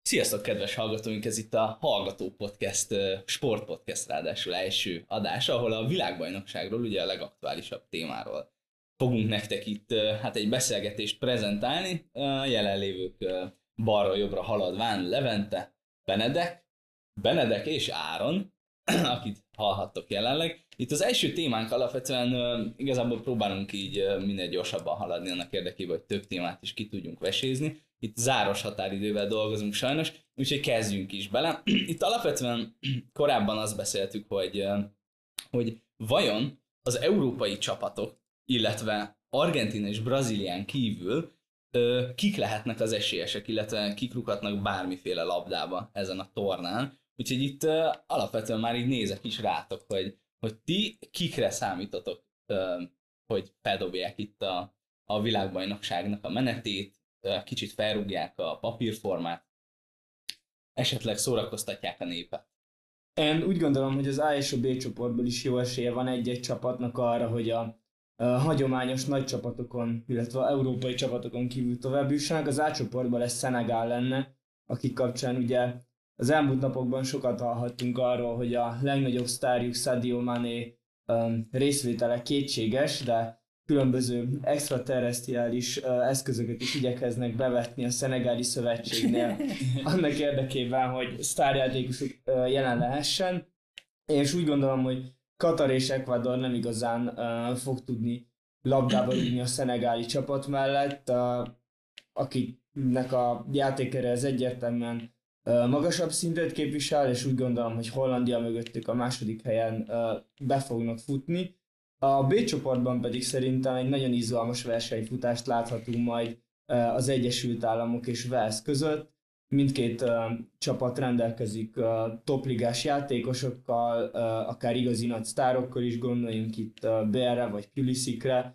Sziasztok, kedves hallgatóink! Ez itt a Hallgató Podcast, sportpodcast ráadásul első adása, ahol a világbajnokságról, ugye a legaktuálisabb témáról fogunk nektek itt hát egy beszélgetést prezentálni. A jelenlévők balról jobbra haladván Levente, Benedek és Áron, akit hallhattok jelenleg. Itt az első témánk alapvetően igazából próbálunk így minél gyorsabban haladni annak érdekében, hogy több témát is ki tudjunk vesézni. Itt záros határidővel dolgozunk sajnos, úgyhogy kezdjünk is bele. Itt alapvetően korábban azt beszéltük, hogy vajon az európai csapatok, illetve Argentína és Brazílián kívül kik lehetnek az esélyesek, illetve kik rúghatnak bármiféle labdába ezen a tornán. Úgyhogy itt alapvetően már így nézek is rátok, hogy ti kikre számítotok, hogy feldobják itt a világbajnokságnak a menetét, kicsit felrúgják a papírformát, esetleg szórakoztatják a népet. Én úgy gondolom, hogy az A és a B csoportból is jó esélye van egy-egy csapatnak arra, hogy a hagyományos nagy csapatokon, illetve európai csapatokon kívül tovább jussanak. Az A csoportban lesz Szenegál lenne, akik kapcsán ugye az elmúlt napokban sokat hallhattunk arról, hogy a legnagyobb sztárjuk Sadio Mané részvétele kétséges, de különböző extraterrestriális eszközöket is igyekeznek bevetni a szenegáli szövetségnél annak érdekében, hogy sztárjátékosok jelen lehessen. És úgy gondolom, hogy Katar és Ecuador nem igazán fog tudni labdába rúgni a szenegáli csapat mellett, akiknek a játékere ez egyértelműen magasabb szintet képvisel, és úgy gondolom, hogy Hollandia mögöttük a második helyen be fognak futni. A B csoportban pedig szerintem egy nagyon izgalmas versenyfutást láthatunk majd az Egyesült Államok és Wales között. Mindkét csapat rendelkezik topligás játékosokkal, akár igazi nagy sztárokkal is, gondoljunk itt Bale-re vagy Pulisicre.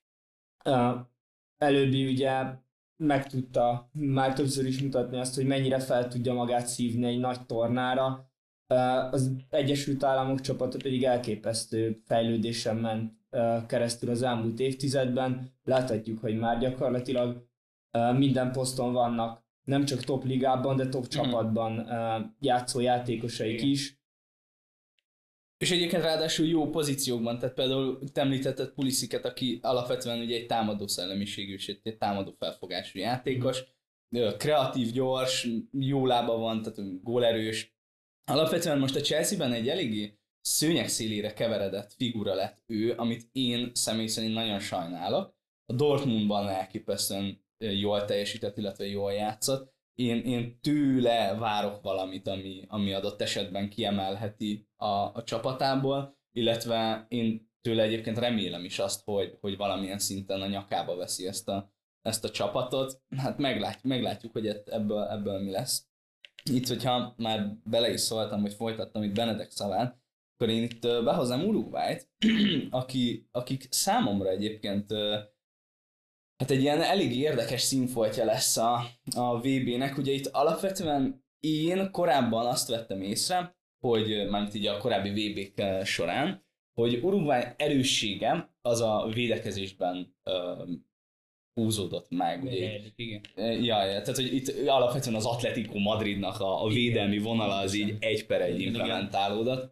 Előbbi ugye meg tudta már többször is mutatni azt, hogy mennyire fel tudja magát szívni egy nagy tornára. Az Egyesült Államok csapata pedig elképesztő fejlődésen ment keresztül az elmúlt évtizedben. Láthatjuk, hogy már gyakorlatilag minden poszton vannak, nem csak top ligában, de top csapatban játszó játékosaik is. És egyébként ráadásul jó pozíciókban, tehát például te említetted Pulisicet, aki alapvetően ugye egy támadó szellemiségű és egy támadó felfogású játékos, kreatív, gyors, jó lába van, tehát gólerős. Alapvetően most a Chelsea-ben egy eléggé szőnyeg szélére keveredett figura lett ő, amit én személy szerint nagyon sajnálok. A Dortmundban elképesztően jól teljesített, illetve jól játszott. Én tőle várok valamit, ami adott esetben kiemelheti a csapatából, illetve én tőle egyébként remélem is azt, hogy valamilyen szinten a nyakába veszi ezt a csapatot. Hát meglátjuk, hogy ebből mi lesz. Itt, hogyha már bele is szóltam, hogy folytattam itt Benedek szavát, akkor én itt behoznám Uruguayt, akik számomra egyébként hát egy ilyen elég érdekes színfoltja lesz a VB-nek. Ugye itt alapvetően én korábban azt vettem észre, hogy mármint így a korábbi VB-k során, hogy Uruguay erőssége az a védekezésben húzódott meg. Ugye, igen. Tehát hogy itt alapvetően az Atletico Madridnak a védelmi vonala az így 1/1 implementálódott.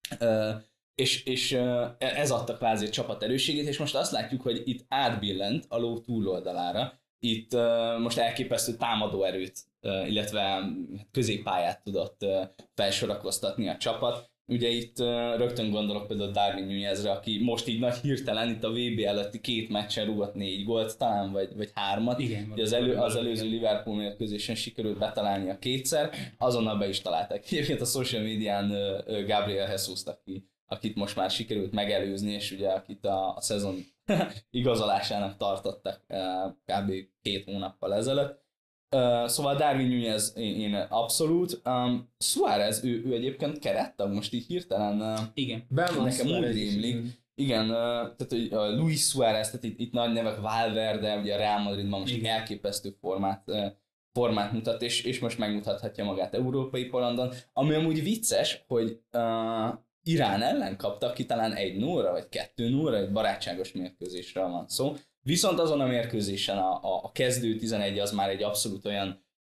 És ez adta kvázi a csapat erősségét, és most azt látjuk, hogy itt átbillent a ló túloldalára. Itt most elképesztő támadó erőt, illetve középpályát tudott felsorakoztatni a csapat. Ugye itt rögtön gondolok például Darwin Núñezre, aki most így nagy hirtelen itt a VB előtti 2 meccsen rúgott 4 gólt talán, vagy 3-at. Igen, Az előző Liverpool mérkőzésen sikerült betalálnia 2-szer, azonnal be is találták. Egyébként a social médián Gabriel Jesus-t, akit most már sikerült megelőzni, és ugye akit a szezon igazolásának tartottak kb. 2 hónappal ezelőtt. Szóval Darwin Núñez én abszolút. Suárez, ő egyébként kerettag, most így hirtelen igen. Nekem úgy rémlik. Igen, tehát hogy Luis Suárez, tehát itt nagy nevek, Valverde, ugye a Real Madridban most elképesztő formát mutat, és most megmutathatja magát európai porondon. Ami amúgy vicces, hogy Irán ellen kaptak ki talán 1-0-ra, vagy 2-0-ra, egy barátságos mérkőzésről van szó. Viszont azon a mérkőzésen a kezdő 11 az már egy abszolút olyan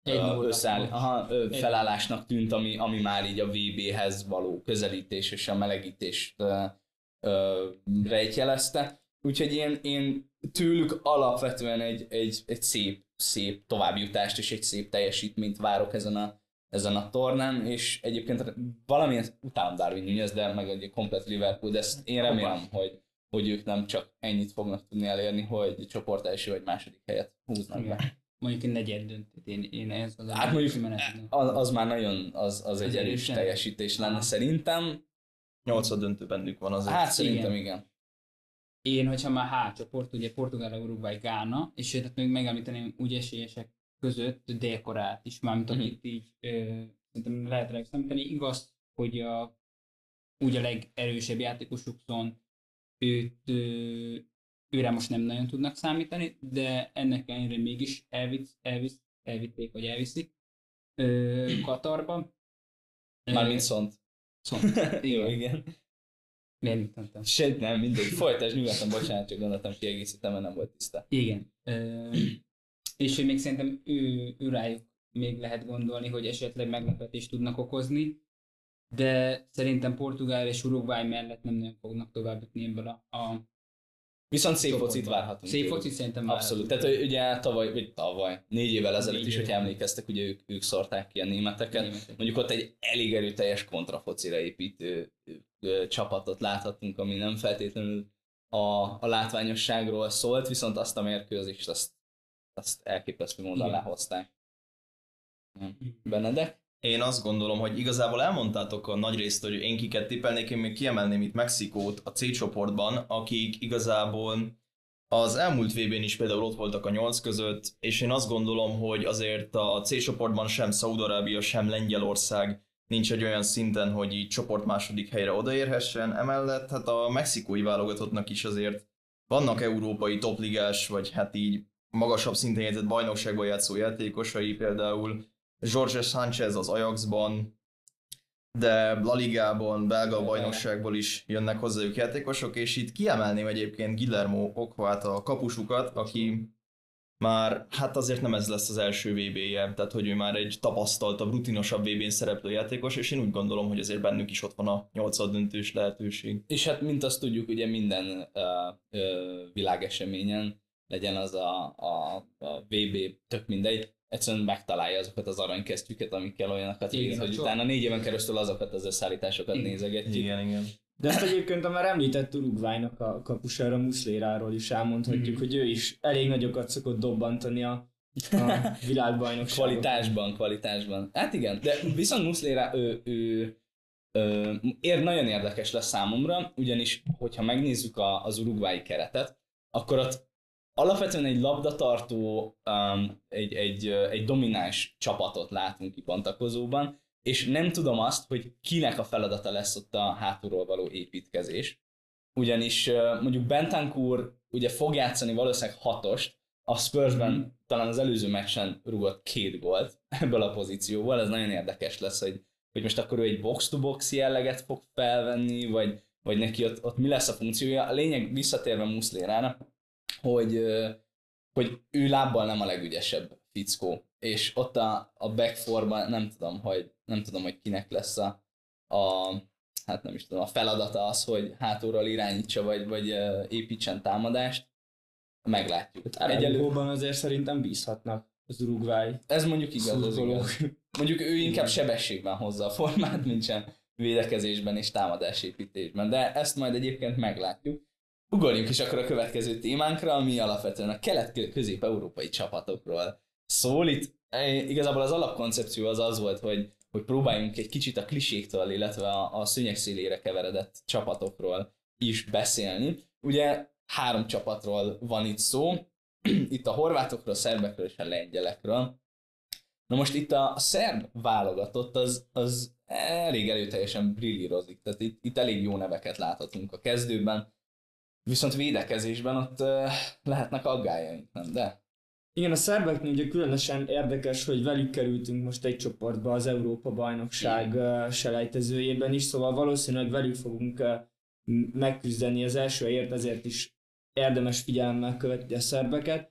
felállásnak tűnt, ami már így a VB-hez való közelítés és a melegítést rejtjelezte. Úgyhogy én tőlük alapvetően egy szép továbbjutást és egy szép teljesítményt várok ezen a tornán, és egyébként valamilyen utálom Darwin Núñez, de meg egy komplet Liverpool, de ezt én remélem, hogy ők nem csak ennyit fognak tudni elérni, hogy csoport első vagy második helyet húznak be. Mondjuk egy negyed döntőt, én ehhez az hát mondjuk az már nagyon, az egy erős teljesítés lenne szerintem. 8 döntő bennük van azért. Hát szerintem igen. Én, hogyha már H csoport, ugye Portugál, Uruguay, Gána, és hát még megemlíteném úgy esélyesek között Dél-Koreát is, mármint akit így szerintem lehet rá számítani. Igaz, hogy úgy a legerősebb játékosukon őre most nem nagyon tudnak számítani, de ennek ellenére mégis elvitték, vagy elviszik Katarba. Mármint Szont. Igen. Igen. Miért mit mondtam? Sőt, nem, mindegy. Folytasd nyugodtan, bocsánat, csak gondoltam kiegészítem, mert nem volt tiszta. Igen. És hogy még szerintem ő rájuk még lehet gondolni, hogy esetleg meglepetést tudnak okozni, de szerintem Portugál és Uruguay mellett nem nagyon fognak tovább jutni ebből a viszont szép focit várhatunk. Szép focit szerintem abszolút. Tehát ugye tavaly, 4 évvel ezelőtt is, hogy emlékeztek, ugye ők szórták ki a németeket. Mondjuk ott egy elég erőteljes kontrafocira építő csapatot láthatunk, ami nem feltétlenül a látványosságról szólt, viszont azt a mérkőzést azt elképesztő módon lehozták. Benedek? Én azt gondolom, hogy igazából elmondtátok a nagy részt, hogy én kiket tippelnék, én még kiemelném itt Mexikót a C csoportban, akik igazából az elmúlt VB-n is például ott voltak a 8 között, és én azt gondolom, hogy azért a C csoportban sem Szaúd-Arábia, sem Lengyelország nincs egy olyan szinten, hogy így csoport második helyre odaérhessen. Emellett hát a mexikói válogatottnak is azért vannak európai topligás, vagy hát így magasabb szinten jegyzett bajnokságban játszó játékosai, például Jorge Sánchez az Ajaxban, de La Ligában, belga bajnokságból is jönnek hozzájuk játékosok, és itt kiemelném egyébként Guillermo Ochoát, a kapusukat, aki már, hát azért nem ez lesz az első VB-je, tehát hogy ő már egy tapasztaltabb, rutinosabb VB-n szereplő játékos, és én úgy gondolom, hogy azért bennük is ott van a 8 döntős lehetőség. És hát mint azt tudjuk, ugye minden világeseményen, legyen az a VB, tök mindegy, egyszerűen megtalálja azokat az aranykesztyűket, amikkel olyanokat véd, hogy utána 4 éven keresztül azokat az összeállításokat nézegetjük. Igen. De ezt egyébként a már említett Uruguaynak a kapusára, Musléráról is elmondhatjuk, hogy ő is elég nagyokat szokott dobbantani a világbajnokságban. Kvalitásban. Hát igen, de viszont Muslera nagyon érdekes lesz számomra, ugyanis hogyha megnézzük az uruguayi keretet, akkor ott alapvetően egy labdatartó, egy domináns csapatot látunk kibontakozóban, és nem tudom azt, hogy kinek a feladata lesz ott a hátulról való építkezés. Ugyanis mondjuk Bentancur ugye fog játszani valószínűleg 6-ost, a Spursben talán az előző meccsen rúgott 2 gólt ebből a pozícióból, ez nagyon érdekes lesz, hogy most akkor ő egy box-to-box jelleget fog felvenni, vagy neki ott mi lesz a funkciója. A lényeg, visszatérve Muslérára, hogy ő lábbal nem a legügyesebb fickó, és ott a back fourban nem tudom, hogy kinek lesz hát nem is tudom, a feladata az, hogy hátulról irányítsa, vagy építsen támadást. Meglátjuk. Egyelőben azért szerintem bízhatnak az Uruguay. Ez mondjuk igaz. Mondjuk ő inkább sebességben hozza a formát, mint sem védekezésben és támadásépítésben, de ezt majd egyébként meglátjuk. Ugorjunk is akkor a következő témánkra, ami alapvetően a kelet-közép-európai csapatokról szól. Itt igazából az alapkoncepció az volt, hogy próbáljunk egy kicsit a kliséktől, illetve a szőnyeg szélére keveredett csapatokról is beszélni. Ugye 3 csapatról van itt szó, itt a horvátokról, a szerbekről és a lengyelekről. Na most itt a szerb válogatott az elég erőteljesen brillírozik, tehát itt elég jó neveket láthatunk a kezdőben, viszont védekezésben ott lehetnek aggályaink, nem? De? Igen, a szerbeknél ugye különösen érdekes, hogy velük kerültünk most egy csoportba az Európa-bajnokság selejtezőjében is, szóval valószínűleg velük fogunk megküzdeni az első helyért, ezért is érdemes figyelemmel követni a szerbeket.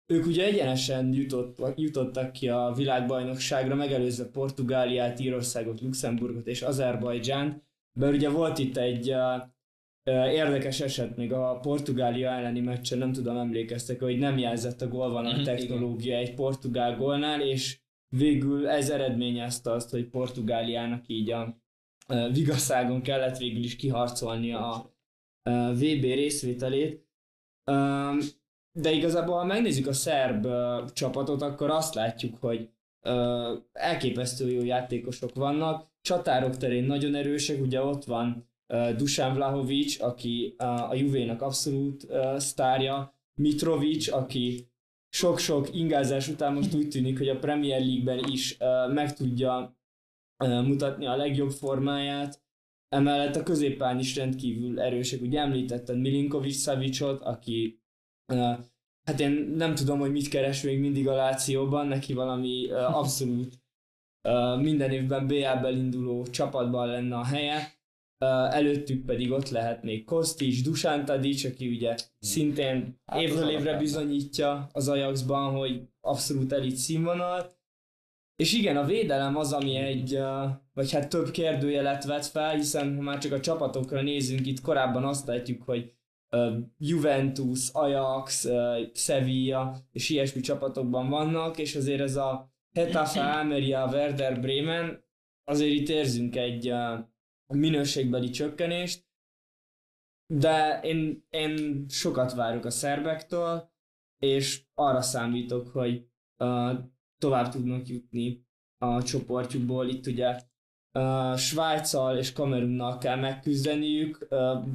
ők ugye egyenesen jutottak ki a világbajnokságra, megelőzve Portugáliát, Írországot, Luxemburgot és Azerbajdzsánt, bár ugye volt itt egy érdekes eset még a Portugália elleni meccsen, nem tudom, emlékeztek, hogy nem jelzett a gólvonal technológia egy portugál gólnál, és végül ez eredményezte azt, hogy Portugáliának így a vigaszágon kellett végül is kiharcolni a VB részvételét. De igazából, ha megnézzük a szerb csapatot, akkor azt látjuk, hogy elképesztő jó játékosok vannak, csatárok terén nagyon erősek, ugye ott van Dusan Vlahovic, aki a Juvénak abszolút sztárja, Mitrovic, aki sok-sok ingázás után most úgy tűnik, hogy a Premier League-ben is meg tudja mutatni a legjobb formáját. Emellett a középpályán is rendkívül erősek. Ugye említetted Milinkovic-Savicot, aki hát én nem tudom, hogy mit keres még mindig a Lációban, neki valami abszolút minden évben BL-bel induló csapatban lenne a helye. Előttük pedig ott lehet még Kostic, Dusan Tadic, aki ugye szintén évről évre bizonyítja az Ajaxban, hogy abszolút elit színvonal. És igen, a védelem az, ami egy, vagy hát több kérdőjelet vet fel, hiszen ha már csak a csapatokra nézünk, itt korábban azt látjuk, hogy Juventus, Ajax, Sevilla és ilyesmi csapatokban vannak, és azért ez a Getafe, Almeria, Werder Bremen, azért itt érzünk egy minőségbeli csökkenést, de én sokat várok a szerbektől, és arra számítok, hogy tovább tudnak jutni a csoportjukból. Itt ugye Svájccal és Kamerunnal kell megküzdeniük,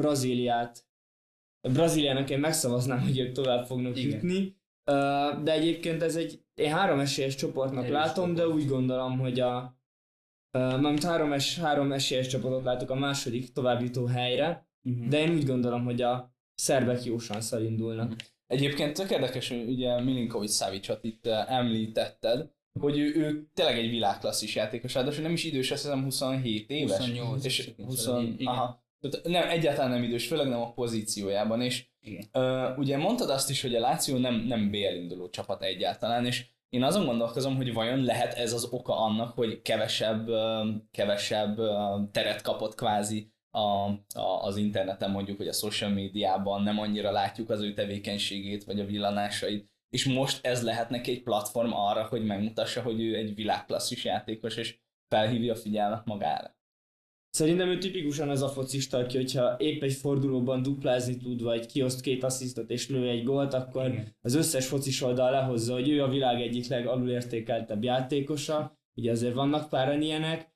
Brazíliának én megszavaznám, hogy ők tovább fognak jutni, de egyébként ez én 3 esélyes csoportnak látom, de úgy gondolom, hogy mármint 3 esélyes csapatot látok a második továbbjutó helyre, de én úgy gondolom, hogy a szerbek jó sanszal indulnak. Egyébként tök érdekes, hogy ugye Milinkovic-Savicot itt említetted, hogy ő tényleg egy világklasszis játékos, ráadásul nem is idős, azt hiszem 27 éves. 28. És 20, aha. Nem, egyáltalán nem idős, főleg nem a pozíciójában, és ugye mondtad azt is, hogy a Lazio nem BL induló csapat egyáltalán, és én azon gondolkozom, hogy vajon lehet ez az oka annak, hogy kevesebb teret kapott kvázi az interneten, mondjuk, hogy a social médiában nem annyira látjuk az ő tevékenységét, vagy a villanásait, és most ez lehet neki egy platform arra, hogy megmutassa, hogy ő egy világklasszis játékos, és felhívja a figyelmet magára. Szerintem ő tipikusan az a focista, aki, hogyha épp egy fordulóban duplázni tud, vagy kioszt 2 asszisztot és lő egy gólt, akkor az összes focis oldal lehozza, hogy ő a világ egyik legalulértékeltebb játékosa. Ugye azért vannak páran ilyenek.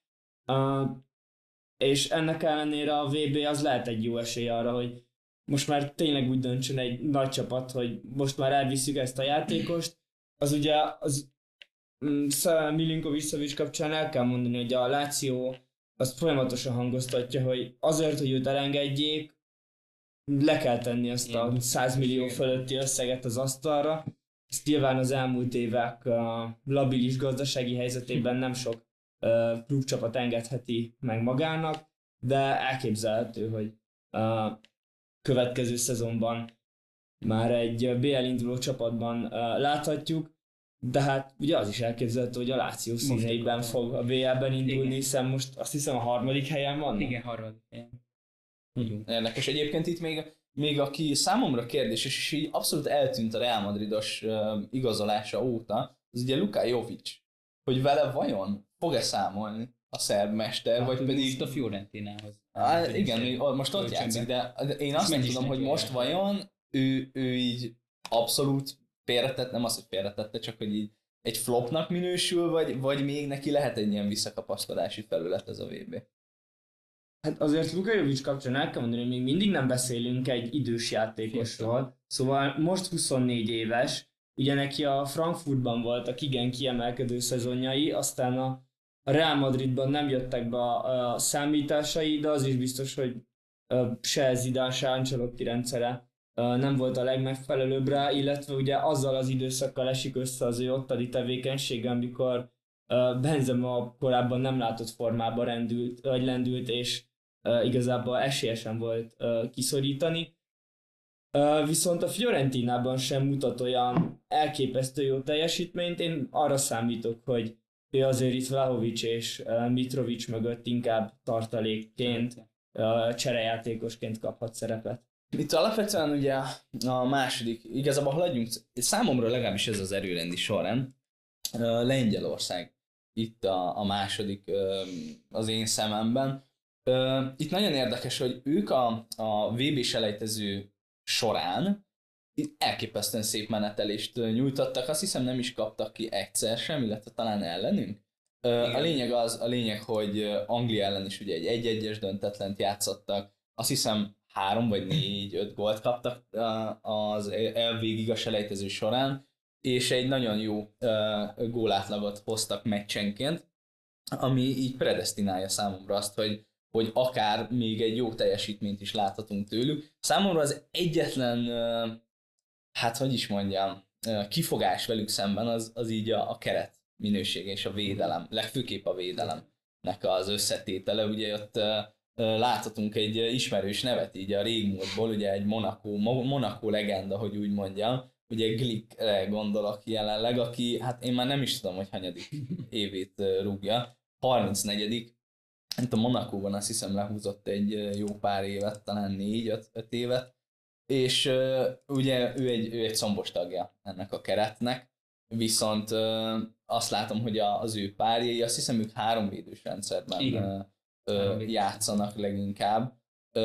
És ennek ellenére a VB az lehet egy jó esély arra, hogy most már tényleg úgy döntsön egy nagy csapat, hogy most már elviszük ezt a játékost. Az ugye Milinkovic-Savic kapcsán el kell mondani, hogy a Lazio azt folyamatosan hangoztatja, hogy azért, hogy őt elengedjék, le kell tenni azt a 100 millió fölötti összeget az asztalra. Ezt nyilván az elmúlt évek labilis gazdasági helyzetében nem sok klubcsapat engedheti meg magának, de elképzelhető, hogy következő szezonban már egy BL induló csapatban láthatjuk, de hát ugye az is elképzelhető, hogy a Lazio színeiben fog a BL-ben indulni, hiszen most azt hiszem a 3. helyen van. Igen, 3. helyen. Érdekes. Egyébként itt még aki számomra kérdéses, és így abszolút eltűnt a Real Madridos igazolása óta, az ugye Luka Jovic. Hogy vele vajon fog-e számolni a szerb mester, Hát, vagy pedig... a Fiorentinához. Igen, most ott játszik, de én azt nem tudom, hogy most vajon ő így abszolút félretett, nem az, hogy félretette, csak hogy így egy flopnak minősül, vagy még neki lehet egy ilyen visszakapaszkodási felület ez a VB. Hát azért Luka Jovic kapcsán el kell mondani, hogy még mindig nem beszélünk egy idős játékosról, szóval most 24 éves, ugye neki a Frankfurtban voltak igen kiemelkedő szezonjai, aztán a Real Madridban nem jöttek be a számításai, de az is biztos, hogy se Zidane, se Ancelotti rendszere nem volt a legmegfelelőbb rá, illetve ugye azzal az időszakkal esik össze az ő ottani tevékenysége, amikor Benzema korábban nem látott formába lendült, és igazából esélyesen volt kiszorítani. Viszont a Fiorentinában sem mutat olyan elképesztő jó teljesítményt. Én arra számítok, hogy ő azért itt Vlahovic és Mitrovic mögött inkább tartalékként, cserejátékosként kaphat szerepet. Itt alapvetően ugye a második, igazából haladjunk, számomra legalábbis ez az erőrendi sorrend, Lengyelország itt a második az én szememben. Itt nagyon érdekes, hogy ők a VB-selejtező során elképesztően szép menetelést nyújtottak, azt hiszem nem is kaptak ki egyszer sem, illetve talán ellenünk. A lényeg, hogy Anglia ellen is ugye egy 1-1-es döntetlent játszottak, azt hiszem 3 vagy 4-5 gólt kaptak az végig a selejtező során, és egy nagyon jó gólátlagot hoztak meccsenként, ami így predesztinálja számomra azt, hogy akár még egy jó teljesítményt is láthatunk tőlük. Számomra az egyetlen, hát hogy is mondjam, kifogás velük szemben az így a keret minősége és a védelem, legfőképp a védelemnek az összetétele. Ugye ott láthatunk egy ismerős nevet így a régmúltból, ugye egy Monaco legenda, hogy úgy mondjam, ugye Glickre gondolok jelenleg, aki, hát én már nem is tudom, hogy hanyadik évét rúgja, 34. Itt a Monacóban azt hiszem lehúzott egy jó pár évet, talán 4-5 évet, és ugye ő egy szombos tagja ennek a keretnek, viszont azt látom, hogy az ő párjai, azt hiszem ők 3 védős rendszerben játszanak leginkább.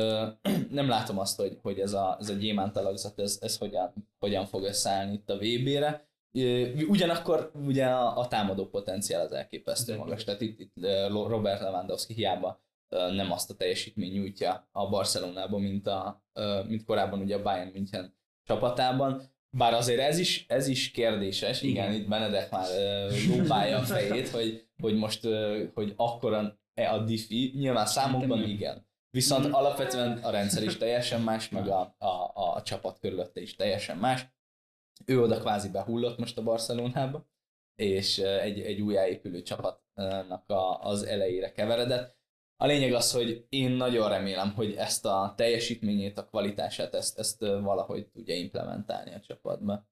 Nem látom azt, hogy ez a gyémánt alakzat, ez hogyan fog összeállni itt a VB-re. Ugyanakkor ugye a támadó potenciál az elképesztő magas, tehát itt Robert Lewandowski hiába nem azt a teljesítményt nyújtja a Barcelonában, mint korábban ugye a Bayern München csapatában. Bár azért ez is kérdéses, igen, itt Benedek már lóbálja a fejét, hogy most hogy akkora a diffi, nyilván számokban igen. Viszont alapvetően a rendszer is teljesen más, meg a csapat körülötte is teljesen más. Ő oda kvázi behullott most a Barcelonába, és egy újjáépülő csapatnak az elejére keveredett. A lényeg az, hogy én nagyon remélem, hogy ezt a teljesítményét, a kvalitását, ezt valahogy tudja implementálni a csapatba.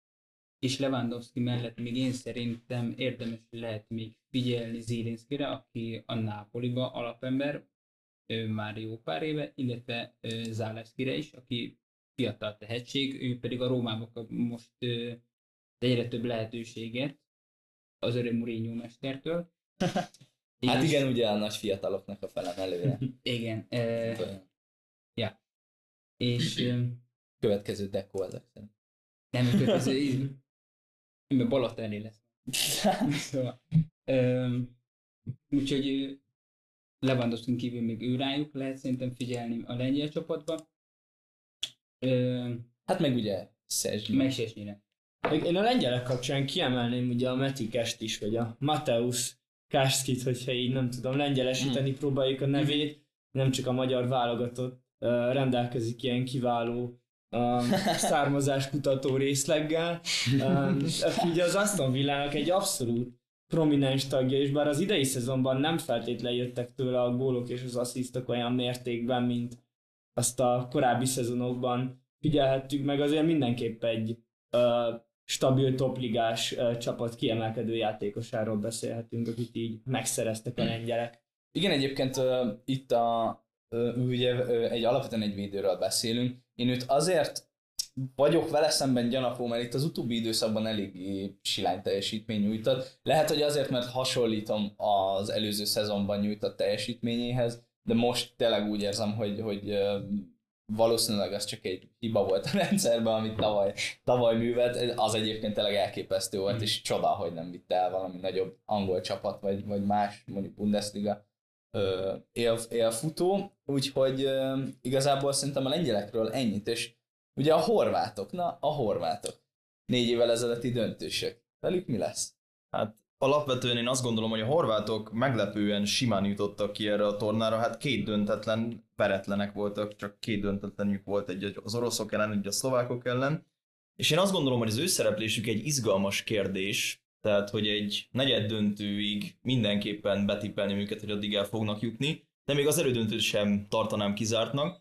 És Lewandowski mellett még én szerintem érdemes lehet még figyelni Zielinskire, aki a Nápoliba alapember, ő már jó pár éve, illetve Zalewskire is, aki fiatal tehetség, ő pedig a Rómában kap most egyre több lehetőséget az öreg Mourinho mestertől. Hát igen, ugye a nagy fiataloknak a felemelője. Igen. Ja. És következő Deco ezek szerint. nem, következő mert Balotelli lesz. Szóval, úgyhogy Lewandowski kívül még ő rájuk lehet szerintem figyelni a lengyel csapatba. Hát meg ugye Szczesny. Meg Szczesnyre. Én a lengyelek kapcsán kiemelném ugye a Metikest is, vagy a Mateusz Kárszkit, hogyha így nem tudom, lengyelesíteni próbáljuk a nevét, nem csak a magyar válogatott rendelkezik ilyen kiváló származáskutató részleggel. Ugye az Aston Villának egy abszolút prominens tagja, és bár az idei szezonban nem feltétlenül jöttek tőle a gólok és az asszisztok olyan mértékben, mint azt a korábbi szezonokban figyelhettük meg, azért mindenképp egy stabil topligás csapat kiemelkedő játékosáról beszélhetünk, akit így megszereztek a lengyelek. Igen, egyébként itt ugye alapvetően egy védőről beszélünk. Én őt azért vagyok vele szemben gyanakvó, mert itt az utóbbi időszakban eléggé silány teljesítmény nyújtott. Lehet, hogy azért, mert hasonlítom az előző szezonban nyújtott teljesítményéhez, de most tényleg úgy érzem, hogy valószínűleg az csak egy hiba volt a rendszerben, amit tavaly művelt. Az egyébként tényleg elképesztő volt, és csoda, hogy nem vitte el valami nagyobb angol csapat, vagy más, mondjuk Bundesliga élfutó. Úgyhogy igazából szerintem a lengyelekről ennyit, és ugye a horvátok. 4 évvel ezelőtti döntősök. Velük mi lesz? Hát alapvetően én azt gondolom, hogy a horvátok meglepően simán jutottak ki erre a tornára, hát 2 döntetlen veretlenek voltak, csak 2 döntetlenjük volt, egy az oroszok ellen, egy a szlovákok ellen. És én azt gondolom, hogy az ő szereplésük egy izgalmas kérdés, tehát hogy egy negyed döntőig mindenképpen betippelni őket, hogy addig el fognak jutni, de még az elődöntőt sem tartanám kizártnak.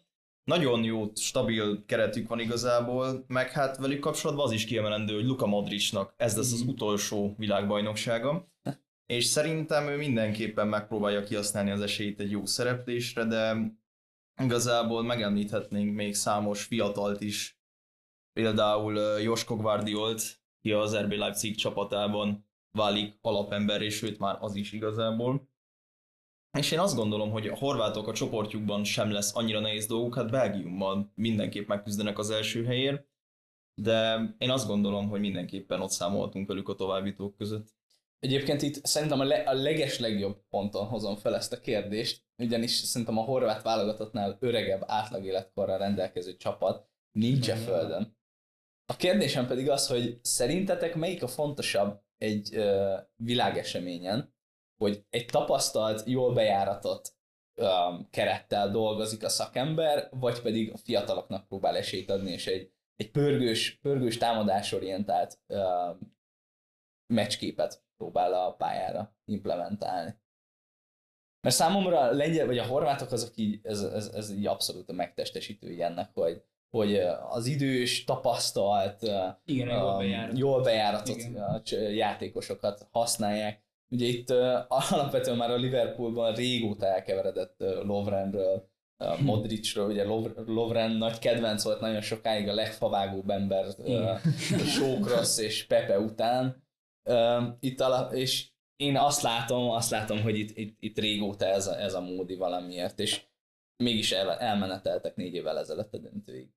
nagyon jó, stabil keretük van igazából, meg hát velük kapcsolatban az is kiemelendő, hogy Luka Modricnak ez lesz az utolsó világbajnoksága, és szerintem ő mindenképpen megpróbálja kihasználni az esélyt egy jó szereplésre, de igazából megemlíthetnénk még számos fiatalt is, például Josko Gvardiolt, ki az RB Leipzig csapatában válik alapemberré, sőt már az is igazából. És én azt gondolom, hogy a horvátok a csoportjukban sem lesz annyira nehéz dolguk, hát Belgiummal mindenképp megküzdenek az első helyért, de én azt gondolom, hogy mindenképpen ott számolhatunk velük a továbbjutók között. Egyébként itt szerintem a legeslegjobb ponton hozom fel ezt a kérdést, ugyanis szerintem a horvát válogatottnál öregebb átlagéletkorral rendelkező csapat nincs a földön. A kérdésem pedig az, hogy szerintetek melyik a fontosabb egy világeseményen, hogy egy tapasztalt, jól bejáratott kerettel dolgozik a szakember, vagy pedig a fiataloknak próbál esélyt adni, és egy pörgős támadásorientált meccsképet próbál a pályára implementálni. Mert számomra a lengyel vagy a horvátok azok így, ez így abszolút a megtestesítői ennek, hogy az idős, tapasztalt, jól bejáratott játékosokat használják. Ugye itt alapvetően már a Liverpoolban régóta elkeveredett Lovrenről, Modricról, ugye Lovren nagy kedvenc volt nagyon sokáig, a legfavágóbb ember Shawcross és Pepe után. És én azt látom, hogy itt régóta ez a módi valamiért, és mégis elmeneteltek 4 évvel ezelőtt a döntőig.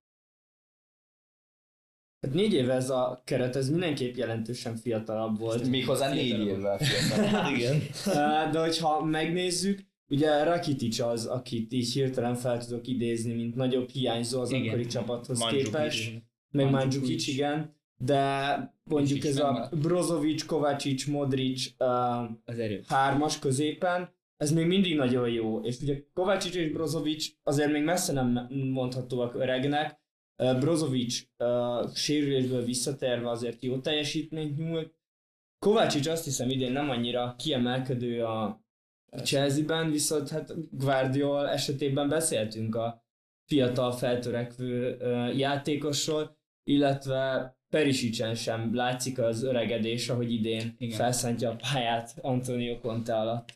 Hát 4 éve ez a keret, ez mindenképp jelentősen fiatalabb volt. Méghozzá 4 évvel fiatalabb. Igen. De hogyha megnézzük, ugye Rakitic az, akit így hirtelen fel tudok idézni, mint nagyobb hiányzó az akkori csapathoz képest. Meg Mandzukic, igen. De mondjuk ez a Brozovic, Kovacic, Modric hármas középen, ez még mindig nagyon jó. És ugye Kovacic és Brozovic azért még messze nem mondhatóak öregnek. Brozovic sérülésből visszatérve azért jó teljesítményt nyújt. Kovacic azt hiszem idén nem annyira kiemelkedő a Chelsea-ben, viszont hát Gvardiol esetében beszéltünk a fiatal feltörekvő játékosról, illetve Perisicsen sem látszik az öregedés, ahogy idén felszántja a pályát Antonio Conte alatt.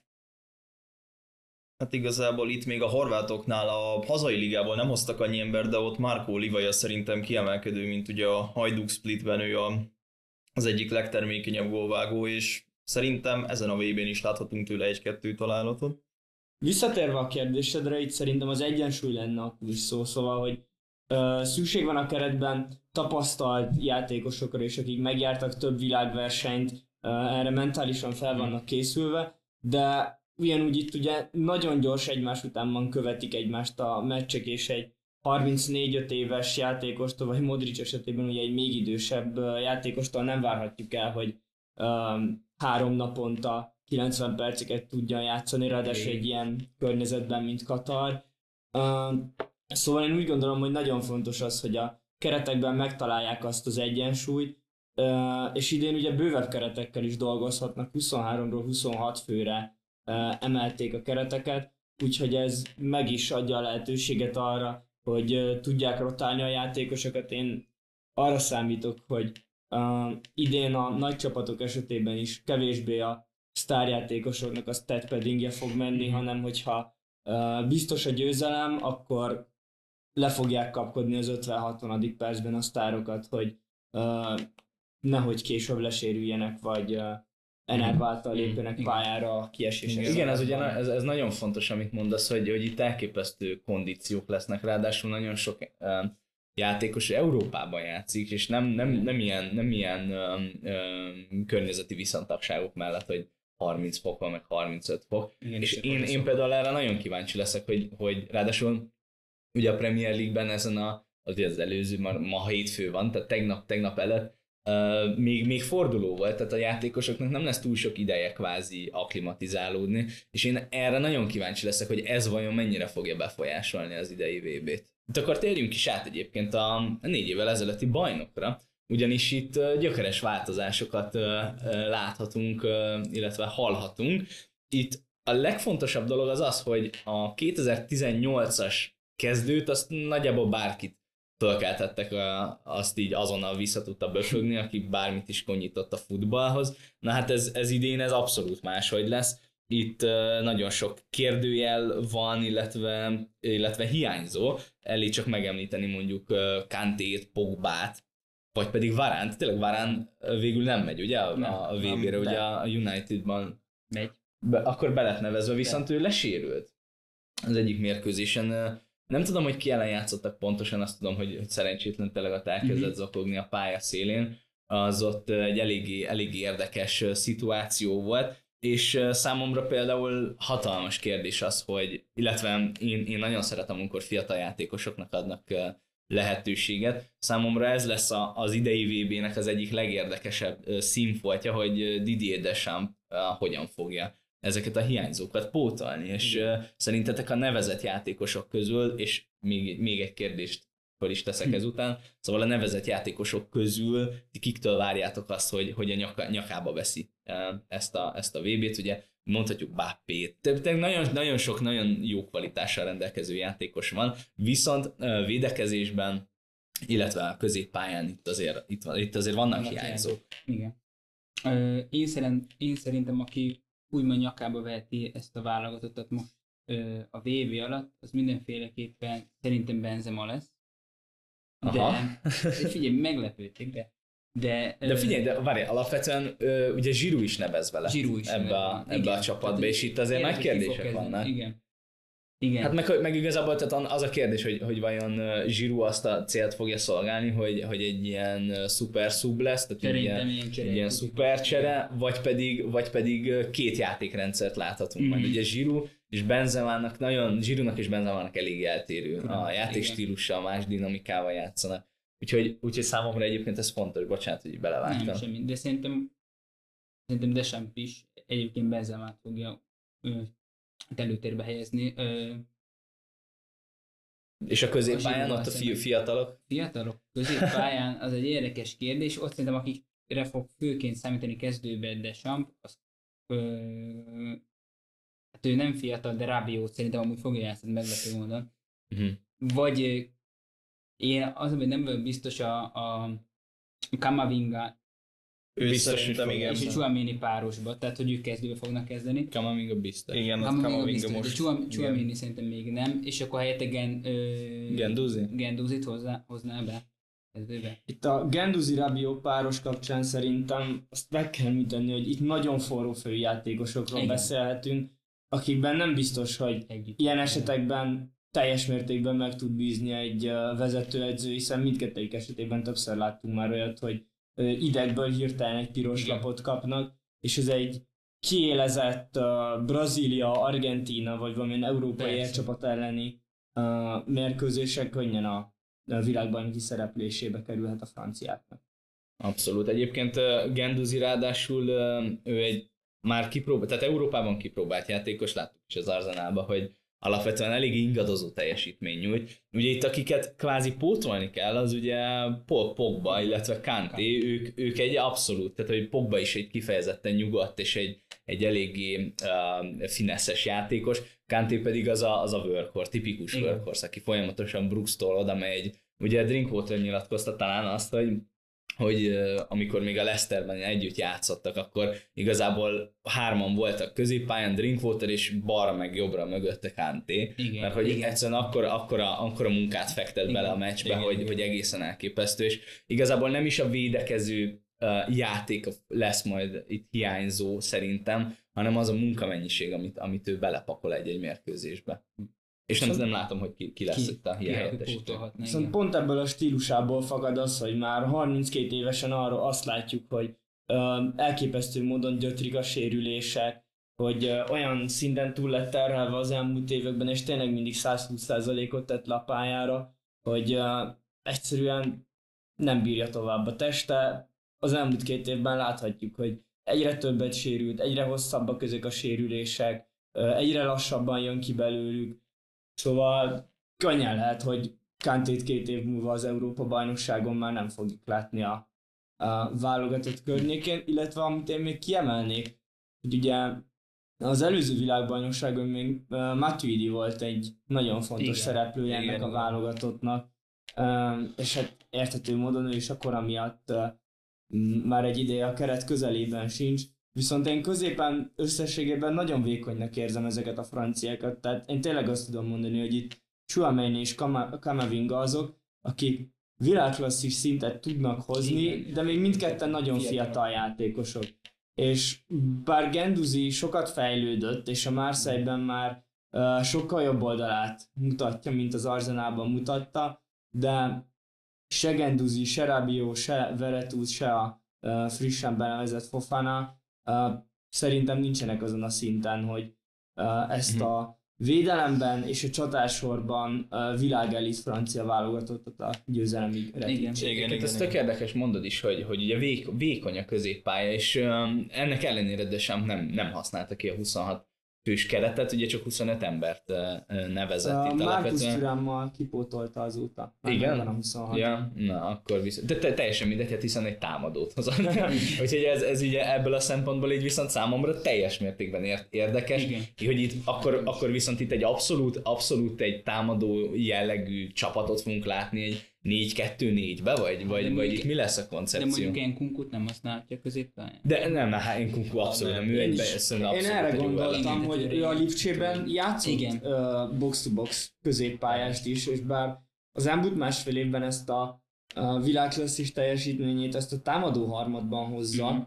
Hát igazából itt még a horvátoknál a hazai ligából nem hoztak annyi ember, de ott Marko Livaja szerintem kiemelkedő, mint ugye a Hajduk Splitben ő az egyik legtermékenyebb gólvágó, és szerintem ezen a VB-n is láthatunk tőle 1-2 találatot. Visszatérve a kérdésedre, itt szerintem az egyensúly lenne a kulcs szó, szóval, hogy szükség van a keretben tapasztalt játékosokra, és akik megjártak több világversenyt, erre mentálisan fel vannak készülve, de ugyanúgy itt ugye nagyon gyors egymás utánban követik egymást a meccsek, és egy 34-5 éves játékostól, vagy Modric esetében ugye egy még idősebb játékostól nem várhatjuk el, hogy 3 naponta 90 perceket tudjan játszani, ráadásul egy ilyen környezetben, mint Katar. Szóval én úgy gondolom, hogy nagyon fontos az, hogy a keretekben megtalálják azt az egyensúlyt, és idén ugye bővebb keretekkel is dolgozhatnak, 23-ról 26 főre emelték a kereteket, úgyhogy ez meg is adja a lehetőséget arra, hogy tudják rotálni a játékosokat. Én arra számítok, hogy idén a nagy csapatok esetében is kevésbé a sztárjátékosoknak a stat paddingje fog menni, hanem hogyha biztos a győzelem, akkor le fogják kapkodni az 50-60. percben a sztárokat, hogy nehogy később lesérüljenek, vagy enerváltal lépjenek pályára a kiesések. Igen, ez nagyon fontos, amit mondasz, hogy itt elképesztő kondíciók lesznek, ráadásul nagyon sok játékos Európában játszik, és nem ilyen környezeti viszontagságok mellett, hogy 30 fok van, meg 35 fok. Igen, és én például erre nagyon kíváncsi leszek, hogy ráadásul ugye a Premier League-ben ezen az előző, ma hétfő van, tehát tegnap előtt még forduló volt, tehát a játékosoknak nem lesz túl sok ideje kvázi akklimatizálódni, és én erre nagyon kíváncsi leszek, hogy ez vajon mennyire fogja befolyásolni az idei VB-t. Itt akkor térjünk is át egyébként a 4 évvel ezelőtti bajnokra, ugyanis itt gyökeres változásokat láthatunk, illetve hallhatunk. Itt a legfontosabb dolog az, hogy a 2018-as kezdőt, azt nagyjából bárkit fölkeltettek, azt így azonnal vissza tudta böfögni, aki bármit is konyított a futballhoz. Na hát ez idén ez abszolút máshogy lesz. Itt nagyon sok kérdőjel van, illetve hiányzó. Elég csak megemlíteni mondjuk Kantét, Pogbát, vagy pedig Varánt. Tényleg Varán végül nem megy, ugye? A VB-re, ugye a Unitedban megy. Akkor be lett nevezve, viszont ő lesérült az egyik mérkőzésen. Nem tudom, hogy ki ellen játszottak pontosan, azt tudom, hogy szerencsétlen tényleg ott elkezdett zokogni a pálya szélén. Az ott egy eléggé érdekes szituáció volt, és számomra például hatalmas kérdés az, hogy, illetve én nagyon szeretem, amikor fiatal játékosoknak adnak lehetőséget. Számomra ez lesz az idei VB-nek az egyik legérdekesebb színfoltja, hogy Didier Deschamps hogyan fogja ezeket a hiányzókat pótolni, és szerintetek a nevezett játékosok közül, és még egy kérdést fel is teszek ezután, szóval a nevezett játékosok közül ti kiktől várjátok azt, hogy a nyakába veszi ezt a VB-t, ugye mondhatjuk Mbappét, nagyon sok nagyon jó kvalitással rendelkező játékos van, viszont védekezésben, illetve a középpályán itt azért vannak hiányzók. Igen. Én szerintem, aki úgymond nyakába veheti ezt a válogatottat most a VB alatt, az mindenféleképpen szerintem Benzema lesz. De figyelj, meglepődték, de figyelj, de várj, alapvetően ugye Giroud is nevez vele ebbe a csapatba, és itt azért nagy kérdések vannak. Igen. Hát meg igazából tehát az a kérdés, hogy vajon Giroud azt a célt fogja szolgálni, hogy egy ilyen szuper szub lesz, tehát egy ilyen szuper csere, vagy pedig két játékrendszert láthatunk majd. Ugye Giroud és Giroudnak és Benzemának elég eltérő a játékstílussal, más dinamikával játszanak. Úgyhogy számomra egyébként ez fontos, bocsánat, hogy belevágtam. Nem, semmi, de szerintem Deschamps is egyébként Benzemát fogja előtérbe helyezni. És a középpályán ott a fiatalok? Fiatalok középpályán az egy érdekes kérdés. Ott szerintem akikre fog főként számítani kezdőbe Deschamps, hát ő nem fiatal, de Rabiot szerintem amúgy fogja játszani meglepő módon. Vagy én azon, hogy nem vagyok biztos a Camavinga biztos, igen. És a Tchouaméni párosba, tehát hogy ők kezdőbe fognak kezdeni. Camavinga biztos. Igen, Camavinga most. Tchouaméni szerintem még nem, és akkor helyette Genduzit hozná be kezdőbe. Itt a Gendouzi-Rabiot páros kapcsán szerintem azt meg kell említeni, hogy itt nagyon forrófejű játékosokról beszélhetünk, akikben nem biztos, hogy ilyen esetekben teljes mértékben meg tud bízni egy vezetőedző, hiszen mindkettőjük esetében többször láttunk már olyat, hogy idegből hirtelen egy piros lapot kapnak, és ez egy kiélezett Brazília, Argentína, vagy valamilyen európai élcsapat elleni mérkőzések könnyen a világbajnoki szereplésébe kerülhet a franciáknak. Abszolút. Egyébként Gendouzi ráadásul ő egy már kipróbált, tehát Európában kipróbált játékos, láttuk is az Arsenalban, hogy alapvetően elég ingadozó teljesítmény nyújt. Ugye itt akiket kvázi pótolni kell, az ugye Pogba, illetve Kanté, ők egy abszolút, tehát hogy Pogba is egy kifejezetten nyugodt és egy eléggé fineszes játékos, Kanté pedig az a workhorse, tipikus workhorse, aki folyamatosan Brookstól oda megy. Ugye Drinkwater nyilatkozta talán azt, hogy amikor még a Leicesterben együtt játszottak, akkor igazából hárman voltak középpályán, Drinkwater és balra meg jobbra mögötte Kanté, mert hogy egyszerűen akkora munkát fektet bele a meccsbe, hogy egészen elképesztő, és igazából nem is a védekező játék lesz majd itt hiányzó szerintem, hanem az a munkamennyiség, amit ő belepakol egy mérkőzésbe. És nem látom, hogy ki lesz itt a helyettesítő. Viszont pont ebből a stílusából fakad az, hogy már 32 évesen arról azt látjuk, hogy elképesztő módon gyötrik a sérülések, hogy olyan szinten túl lett terhelve az elmúlt években, és tényleg mindig 120%-ot tett le a pályára, hogy egyszerűen nem bírja tovább a teste. Az elmúlt 2 évben láthatjuk, hogy egyre többet sérült, egyre hosszabbak ezek a sérülések, egyre lassabban jön ki belőlük. Szóval könnyen lehet, hogy Kantét 2 év múlva az Európa-bajnokságon már nem fogjuk látni a válogatott környékén, illetve amit én még kiemelnék, hogy ugye Az előző világbajnokságon még Matuidi volt egy nagyon fontos szereplője ennek a válogatottnak, és hát érthető módon ő is a kora miatt már egy ideje a keret közelében sincs, viszont én középen összességében nagyon vékonynak érzem ezeket a franciákat, tehát én tényleg azt tudom mondani, hogy itt Tchouaméni és Camavinga azok, akik világklasszis szintet tudnak hozni, de még mindketten nagyon fiatal játékosok. És bár Guendouzi sokat fejlődött, és a Marseille-ben már sokkal jobb oldalát mutatja, mint az Arsenalban mutatta, de se Guendouzi, se Rabiot, se Veretout, se a frissen benevezett Fofana szerintem nincsenek azon a szinten, hogy ezt a védelemben és a csatársorban világelit francia válogatottat a győzelemig retítsék. Igen, ez tök érdekes mondod is, hogy ugye vékony a középpálya, és ennek ellenére Deschamps nem használta ki a 26 fős keretet, ugye csak 25 embert nevezett itt alapvetően. Marcus Thurammal kipótolta azóta. Igen? A 26. Ja, na akkor viszont. De teljesen mindegy, hát hiszen egy támadót hozott. Úgyhogy ez ugye ebből a szempontból így viszont számomra teljes mértékben érdekes, hogy itt akkor viszont itt egy abszolút egy támadó jellegű csapatot fogunk látni egy 4-2-4-be, vagy itt mi lesz a koncepció? De mondjuk Nkunkut nem használhatja középpályán. De nem, Nkunku abszolút nem, ő egy Én erre gondoltam, hogy ő a Lipcsében játszott box-to-box középpályást is, és bár az elmúlt másfél évben ezt a világklasszis teljesítményét ezt a támadó harmadban hozza,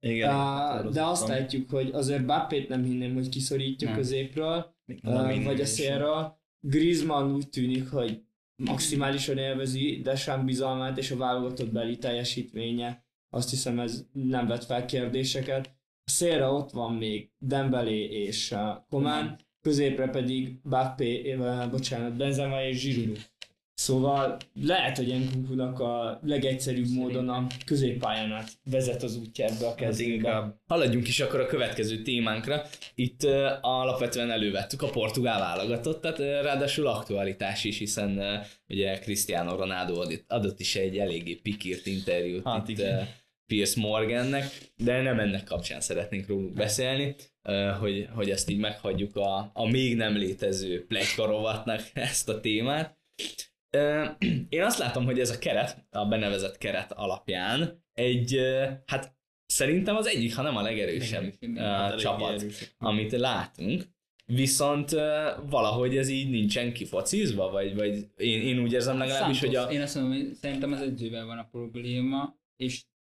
de azt látjuk, hogy azért Bappét nem hinném, hogy kiszorítja középről, vagy a szélről. Griezmann úgy tűnik, hogy maximálisan élvezi Deschamps bizalmát, és a válogatott beli teljesítménye, azt hiszem ez nem vet fel kérdéseket. A szélre ott van még Dembélé és Coman, középre pedig Benzema és Giroud. Szóval lehet, hogy Nkunkunak a legegyszerűbb módon a középpályán át vezet az útjába a kezébe. Haladjunk is akkor a következő témánkra. Itt alapvetően elővettük a portugál válogatottat, ráadásul aktualitás is, hiszen ugye Cristiano Ronaldo adott is egy eléggé pikírt interjút Piers Morgannek, de nem ennek kapcsán szeretnénk róluk beszélni, hogy ezt így meghagyjuk a még nem létező pletyka rovatnak ezt a témát. Én azt látom, hogy ez a keret, a benevezett keret alapján hát szerintem az egyik, ha nem a legerősebb csapat, amit látunk. Viszont valahogy ez így nincsen kifocizva, vagy én úgy érzem legalábbis, hogy Én azt mondom, hogy szerintem az edzővel van a probléma, és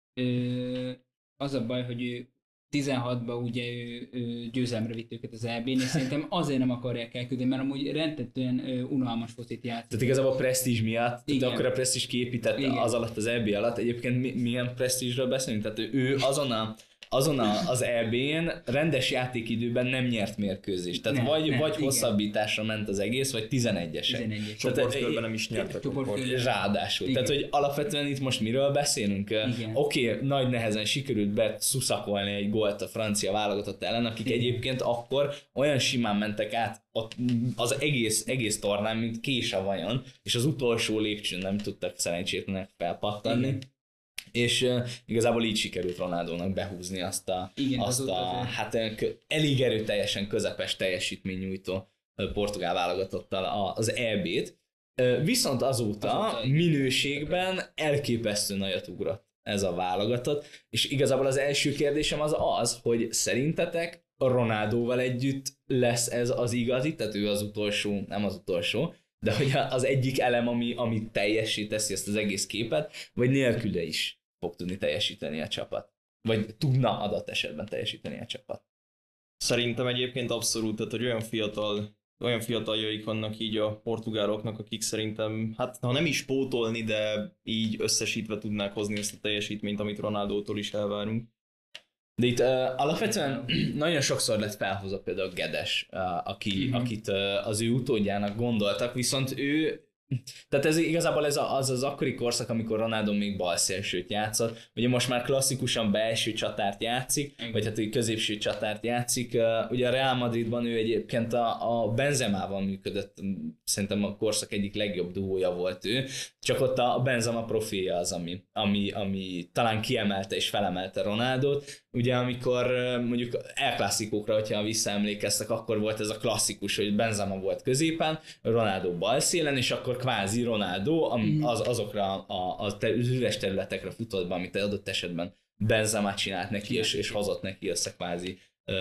az a baj, hogy ő 16-ban ugye ő győzelemre vitt őket az EB-n, és szerintem azért nem akarják elküldeni, mert amúgy rendtetően unalmas focit játszik. Tehát igazából a presztízs miatt, de akkor a presztízs kiépített az alatt az EB alatt. Egyébként milyen presztízsről beszélünk? Tehát ő azon az EB-n rendes játékidőben nem nyert mérkőzést. Tehát vagy hosszabbításra ment az egész, vagy 11-esek. Csoportkörben nem is nyert. Ráadásul. Igen. Tehát, hogy alapvetően itt most miről beszélünk? Oké, nagy nehezen sikerült beszuszakolni egy gólt a francia válogatott ellen, akik egyébként akkor olyan simán mentek át az egész tornán, mint kés a vajon, és az utolsó lépcsőn nem tudtak szerencsétlenek felpattanni. És igazából így sikerült Ronaldónak behúzni azt a hát elég erőteljesen közepes teljesítménynyújtó portugál válogatottal az EB-t. Viszont azóta minőségben elképesztő nagyot ugrott ez a válogatott, és igazából az első kérdésem az, hogy szerintetek Ronaldóval együtt lesz ez az igazi, tehát ő az utolsó, nem az utolsó, de hogy az egyik elem, ami teljessé teszi ezt az egész képet, vagy nélküle is fog tudni teljesíteni a csapat. Vagy tudna adott esetben teljesíteni a csapat. Szerintem egyébként abszolút, tehát hogy olyan fiataljaik vannak így a portugáloknak, akik szerintem, hát ha nem is pótolni, de így összesítve tudnák hozni ezt a teljesítményt, amit Ronaldótól is elvárunk. De itt alapvetően nagyon sokszor lett felhozott például Guedes, akit az ő utódjának gondoltak, viszont ő Tehát ez igazából az akkori korszak, amikor Ronaldo még balszélsőt játszott. Ugye most már klasszikusan belső csatárt játszik, vagy hát középső csatárt játszik. Ugye a Real Madridban ő egyébként a Benzemával működött, szerintem a korszak egyik legjobb duója volt ő, csak ott a Benzema profilja az, ami talán kiemelte és felemelte Ronaldot. Ugye amikor mondjuk El Clasicókra, hogyha visszaemlékeztek, akkor volt ez a klasszikus, hogy Benzema volt középen, Ronaldo balszélen, és akkor kvázi Ronaldo azokra az üres területekre futott be, amit adott esetben Benzema csinált neki, és hozott neki össze kvázi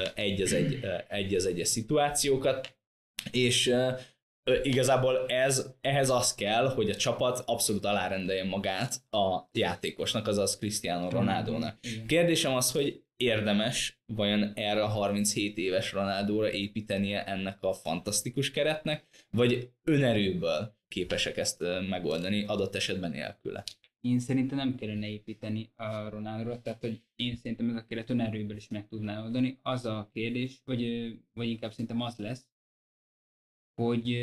egy az egyes szituációkat. És igazából ehhez az kell, hogy a csapat abszolút alárendelje magát a játékosnak, azaz Cristiano Ronaldónak. Kérdésem az, hogy érdemes vajon erre a 37 éves Ronaldóra építenie ennek a fantasztikus keretnek, vagy önerőből képesek ezt megoldani, adott esetben nélküle? Én szerintem nem kellene építeni a Ronaldóra, tehát hogy én szerintem ez a keret önerőből is meg tudná oldani. Az a kérdés, vagy inkább szerintem az lesz, hogy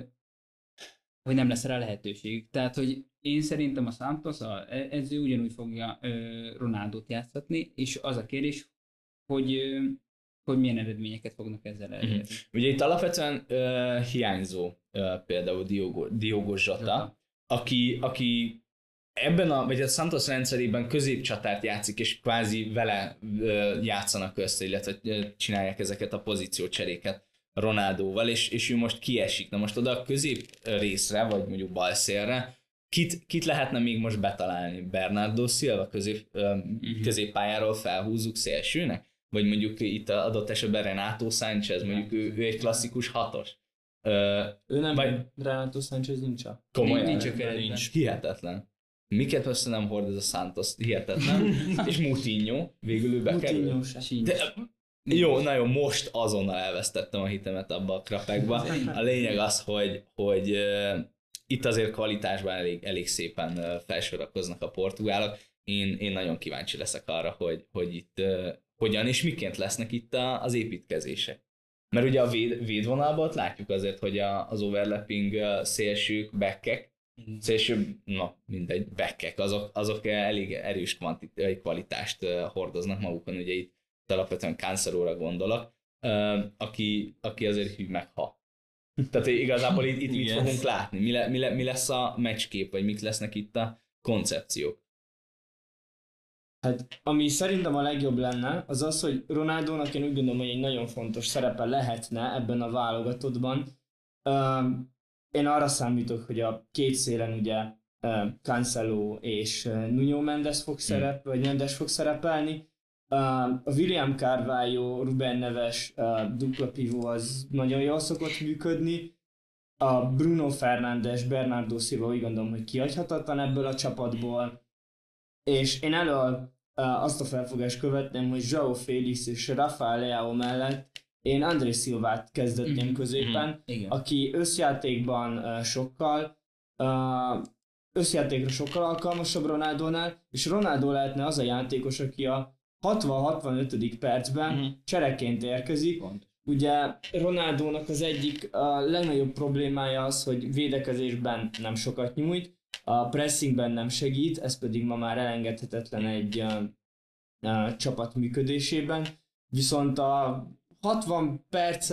nem lesz rá lehetőség. Tehát, hogy én szerintem a Santos, ez ugyanúgy fogja Ronaldót játszatni, és az a kérdés, hogy milyen eredményeket fognak ezzel elérni. Ugye itt alapvetően hiányzó például Diogo Jota, aki ebben vagy a Santos rendszerében középcsatárt játszik, és kvázi vele játszanak össze, illetve csinálják ezeket a pozíciócseréket Ronaldóval, és ő most kiesik. Na most oda a közép részre, vagy mondjuk balszélre, kit lehetne még most betalálni? Bernardo Silva középpályáról felhúzzuk szélsőnek? Vagy mondjuk itt adott esetben Renato Sánchez, mondjuk ő egy klasszikus hatos. Ő nem, vagy Renato Sánchez nincs a. Komolyan? Nincs. Hihetetlen. Miket össze nem hord ez a Santos? Hihetetlen. És Moutinho, végül ő bekerül. Jó, na jó, most azonnal elvesztettem a hitemet abba a krapekba. A lényeg az, hogy itt azért kvalitásban elég szépen felsorakoznak a portugálok. Én nagyon kíváncsi leszek arra, hogy itt hogyan és miként lesznek itt az építkezések. Mert ugye a védvonalban ott látjuk azért, hogy az overlapping szélsők, backek, backek, azok elég erős kvalitást hordoznak magukon, ugye itt alapvetően Cancelóra gondolok, aki azért hű meg ha. Tehát igazából itt mit fogunk látni? Mi lesz a meccskép, vagy mik lesznek itt a koncepciók? Hát, ami szerintem a legjobb lenne, az az, hogy Ronaldónak én úgy gondolom, hogy egy nagyon fontos szerepe lehetne ebben a válogatottban. Én arra számítok, hogy a két szélen ugye Cancelo és Nuno Mendes fog szerepelni. A William Carvalho, Ruben Neves dupla pivó az nagyon jól szokott működni. A Bruno Fernandes, Bernardo Silva úgy gondolom, hogy kihagyhatatlan ebből a csapatból. És én elől azt a felfogást követném, hogy João Félix és Rafael Leao mellett én André Silvát kezdetném középen, aki összjátékban összjátékra sokkal alkalmasabb Ronaldónál, és Ronaldo lehetne az a játékos, aki a 60-65. percben csereként érkezik. Ugye Ronaldónak az egyik a legnagyobb problémája az, hogy védekezésben nem sokat nyújt, a pressingben nem segít, ez pedig ma már elengedhetetlen egy csapat működésében. Viszont a 60. perc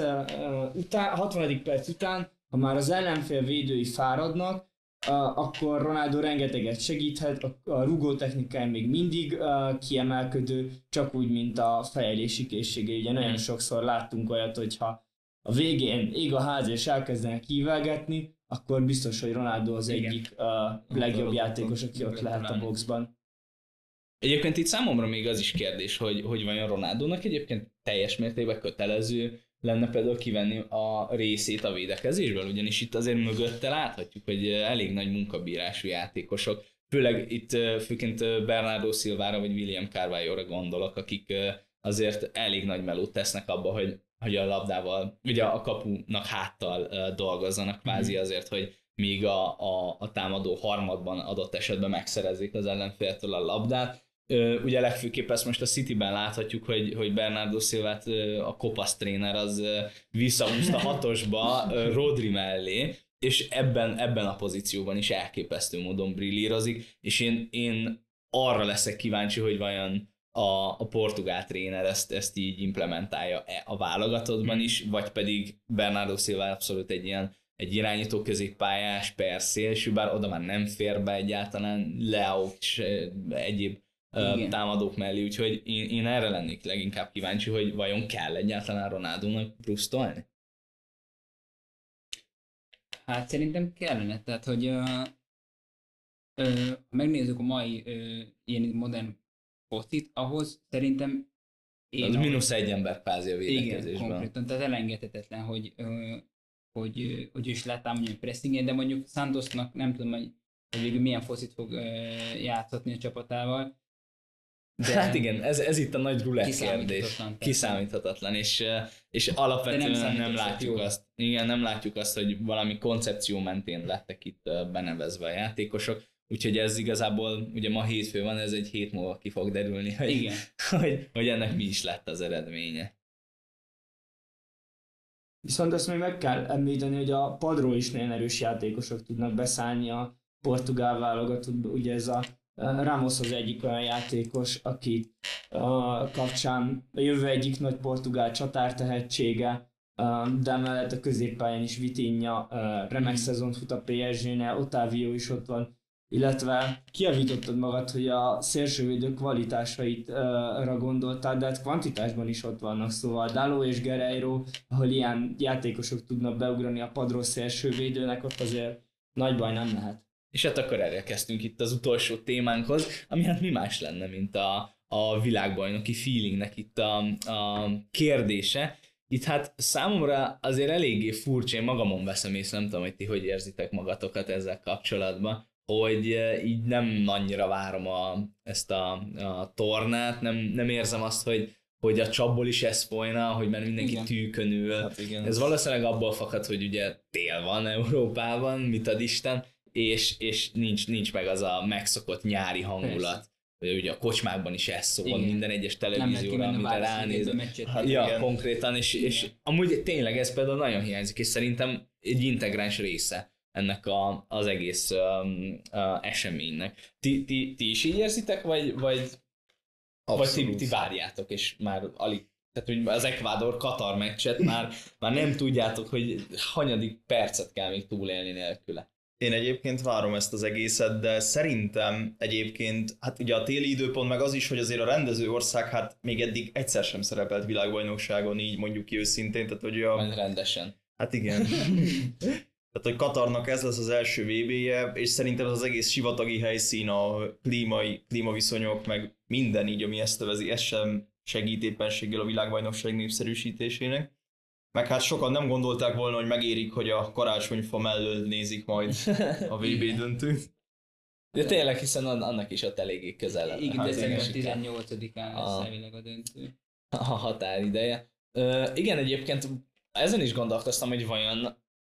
után, ha már az ellenfél védői fáradnak, akkor Ronaldo rengeteget segíthet, a rugó technikája még mindig kiemelkedő, csak úgy, mint a fejelési készsége. Ugye nagyon sokszor láttunk olyat, hogyha a végén ég a ház és elkezdenek ívelgetni, akkor biztos, hogy Ronaldo az egyik legjobb játékos, aki ott lehet a boxban. Egyébként itt számomra még az is kérdés, hogy vajon Ronaldónak egyébként teljes mértékben kötelező lenne például kivenni a részét a védekezésből, ugyanis itt azért mögötte láthatjuk, hogy elég nagy munkabírású játékosok, főleg itt főként Bernardo Silvára vagy William Carvalho-ra gondolok, akik azért elég nagy melót tesznek abba, hogy a labdával, ugye a kapunak háttal dolgozzanak kvázi azért, hogy még a támadó harmadban adott esetben megszerezzék az ellenféltől a labdát. Ugye legfőképp ezt most a Cityben láthatjuk, hogy Bernardo Silvát a kopasz tréner az visszahúzta hatosba Rodri mellé, és ebben a pozícióban is elképesztő módon brillírozik, és én arra leszek kíváncsi, hogy vajon a portugál tréner ezt így implementálja a válogatottban is, vagy pedig Bernardo Silva abszolút egy irányító középpályás per szélső, bár oda már nem fér be egyáltalán Leao és egyéb támadók mellé, úgyhogy én erre lennék leginkább kíváncsi, hogy vajon kell egyáltalán Ronaldónak brusztolni? Hát szerintem kellene, tehát hogy megnézzük a mai ilyen modern focit, ahhoz szerintem az -1 ember kvázi a védekezésben. Igen, konkrétan, tehát elengedhetetlen, hogy is letámadjon a pressinget, de mondjuk Santosnak nem tudom, hogy végül milyen focit fog játszatni a csapatával. De hát igen, ez itt a nagy rulett kérdés. Kiszámíthatatlan, és alapvetően nem látjuk azt. Igen, nem látjuk azt, hogy valami koncepció mentén lettek itt benevezve a játékosok. Úgyhogy ez igazából, ugye ma hétfő van, ez egy hét múlva ki fog derülni, hogy ennek mi is lett az eredménye. Viszont azt még meg kell említeni, hogy a padról is nagyon erős játékosok tudnak beszállni a portugál válogatottba. Ugye ez a Ramos az egyik olyan játékos, aki kapcsán a jövő egyik nagy portugál csatár tehetsége, de emellett a középpályán is Vitinha remek szezont fut a PSG-nél, Otávio is ott van, illetve kijavítottad magad, hogy a szélsővédő kvalitásaitra gondoltál, de hát kvantitásban is ott vannak, szóval Dalot és Guerreiro, ahol ilyen játékosok tudnak beugrani a padról szélsővédőnek, ott azért nagy baj nem lehet. És hát akkor elérkeztünk itt az utolsó témánkhoz, ami hát mi más lenne, mint a világbajnoki feelingnek itt a kérdése. Itt hát számomra azért eléggé furcsa, én magamon veszem észre, nem tudom, hogy ti hogy érzitek magatokat ezzel kapcsolatban, hogy így nem annyira várom ezt a tornát, nem érzem azt, hogy a csapból is ez folyna, hogy már mindenki tűkön ül. Hát ez valószínűleg abból fakad, hogy ugye tél van Európában, mit ad Isten, és nincs meg az a megszokott nyári hangulat. Ugye a kocsmákban is ez szól, minden egyes televízióra, amire ránéz. Ja, konkrétan, és amúgy tényleg ez például nagyon hiányzik, és szerintem egy integráns része ennek az egész eseménynek. Ti is így érzitek, vagy ti várjátok, és már alig, tehát hogy az Ecuador-Katar meccset már nem tudjátok, hogy hanyadik percet kell még túlélni nélküle. Én egyébként várom ezt az egészet, de szerintem egyébként, hát ugye a téli időpont meg az is, hogy azért a rendező ország hát még eddig egyszer sem szerepelt világbajnokságon, így mondjuk ki őszintén, tehát hogy Majd rendesen. Hát igen. Tehát, hogy Katarnak ez lesz az első VB-je, és szerintem az egész sivatagi helyszín, a klímaviszonyok, meg minden így, ami ezt övezi, ez sem segít éppenséggel a világbajnokság népszerűsítésének. Meg hát sokan nem gondolták volna, hogy megérik, hogy a karácsonyfa mellől nézik majd a VB döntőt. De tényleg, hiszen annak is ott eléggé közel lenne. Igen, december 18-án lesz elvileg a döntő. A határideje. Igen, egyébként ezen is gondolkoztam, hogy vajon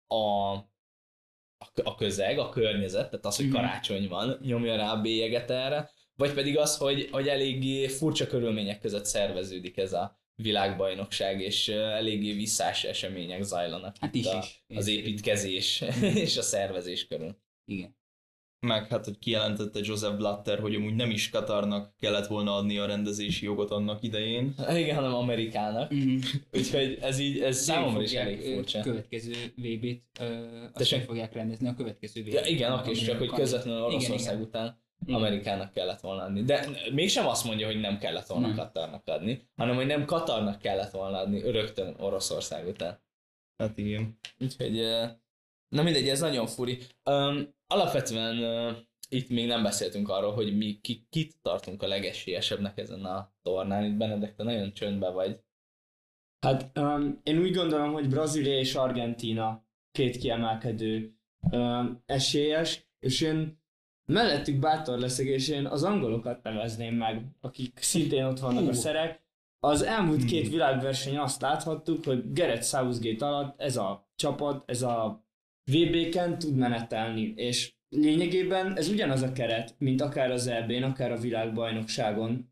a közeg, a környezet, tehát az, hogy karácsony van, nyomja rá a bélyeget erre, vagy pedig az, hogy eléggé furcsa körülmények között szerveződik ez a világbajnokság, és eléggé visszás események zajlanak hát itt az építkezés és a szervezés körül. Igen. Meg hát, hogy kijelentette Joseph Blatter, hogy amúgy nem is Katarnak kellett volna adni a rendezési jogot annak idején. Igen, hanem Amerikának. Úgyhogy ez számomra is elég furcsa. A következő VB-t azt sem fogják rendezni a következő VB-t. Ja, igen, oké, csak hogy közvetlenül Oroszország után Amerikának kellett volna adni. De mégsem azt mondja, hogy nem kellett volna Katarnak adni, hanem hogy nem Katarnak kellett volna adni rögtön Oroszország után. Hát igen. Úgyhogy, na mindegy, ez nagyon furi. Alapvetően itt még nem beszéltünk arról, hogy mi kit tartunk a legesélyesebbnek ezen a tornán. Itt Benedek, te nagyon csöndben vagy. Hát én úgy gondolom, hogy Brazília és Argentína két kiemelkedő esélyes, és én mellettük bátor leszek, és én az angolokat nevezném meg, akik szintén ott vannak a szerek. Az elmúlt két világversenyen azt láthattuk, hogy Gareth Southgate alatt ez a csapat, ez a VB-ken tud menetelni, és lényegében ez ugyanaz a keret, mint akár az EB-n, akár a világbajnokságon.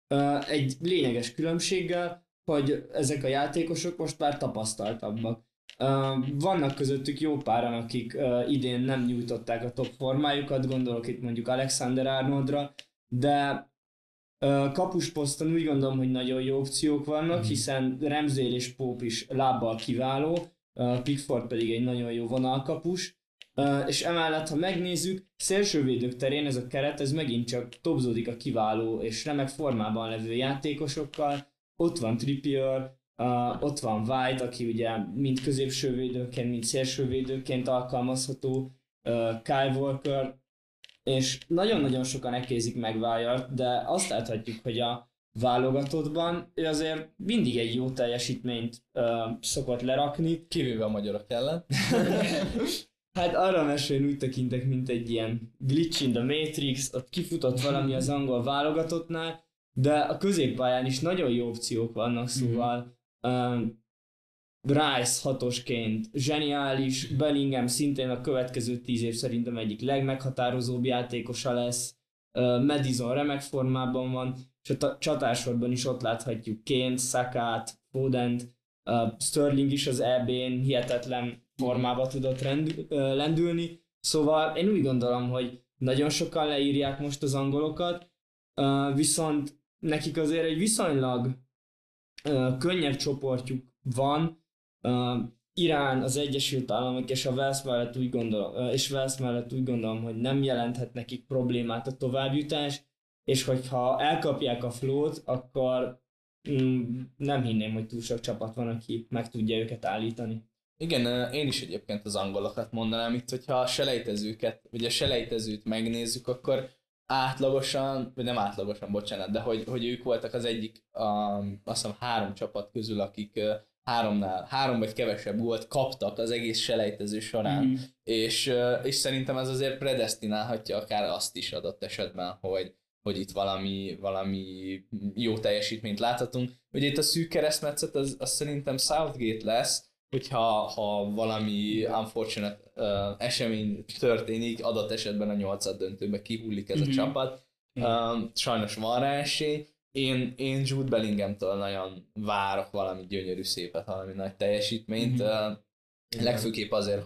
Egy lényeges különbséggel, hogy ezek a játékosok most már tapasztaltabbak. Vannak közöttük jó páran, akik idén nem nyújtották a top formájukat, gondolok itt mondjuk Alexander Arnoldra, de kapusposzton úgy gondolom, hogy nagyon jó opciók vannak, hiszen Ramsdale és Pope is lábbal kiváló, Pickford pedig egy nagyon jó vonalkapus, és emellett, ha megnézzük, szélsővédők terén ez a keret, ez megint csak tobzódik a kiváló és remek formában levő játékosokkal. Ott van Trippier, ott van White, aki ugye mind középsővédőként, mind szélsővédőként alkalmazható, Kyle Walker, és nagyon-nagyon sokan ekézik meg Wyatt, de azt láthatjuk, hogy a válogatottban ő azért mindig egy jó teljesítményt szokott lerakni. Kivéve a magyarok ellen. Hát arra a mesélén úgy tekintek, mint egy ilyen glitch in the Matrix, ott kifutott valami az angol válogatottnál, de a középpályán is nagyon jó opciók vannak, szóval Rice hatosként zseniális, Bellingham szintén a következő 10 év szerintem egyik legmeghatározóbb játékosa lesz, Madison remek formában van, és a csatársorban is ott láthatjuk Kane, Sakát, Fodent, Sterling is az EB-n hihetetlen formába tudott lendülni, szóval én úgy gondolom, hogy nagyon sokan leírják most az angolokat, viszont nekik azért egy viszonylag könnyebb csoportjuk van, Irán, az Egyesült Államok és a Wales mellett úgy gondolom, hogy nem jelenthet nekik problémát a továbbjutás, és hogyha elkapják a flót, akkor nem hinném, hogy túl sok csapat van, aki meg tudja őket állítani. Igen, én is egyébként az angolokat mondanám itt, hogyha a selejtezőt megnézzük, akkor átlagosan, vagy nem átlagosan, bocsánat, de hogy ők voltak az egyik, azt hiszem 3 csapat közül, akik 3 vagy kevesebb gólt kaptak az egész selejtező során, és szerintem ez azért predesztinálhatja akár azt is adott esetben, hogy itt valami jó teljesítményt láthatunk. Ugye itt a szűk keresztmetszet az szerintem Southgate lesz, hogyha valami unfortunate esemény történik, adott esetben a 8. döntőbe kihullik ez a csapat. Sajnos van rá esély. Én Jude Bellinghamtől nagyon várok valami gyönyörű szépet, valami nagy teljesítményt. Legfőképp azért,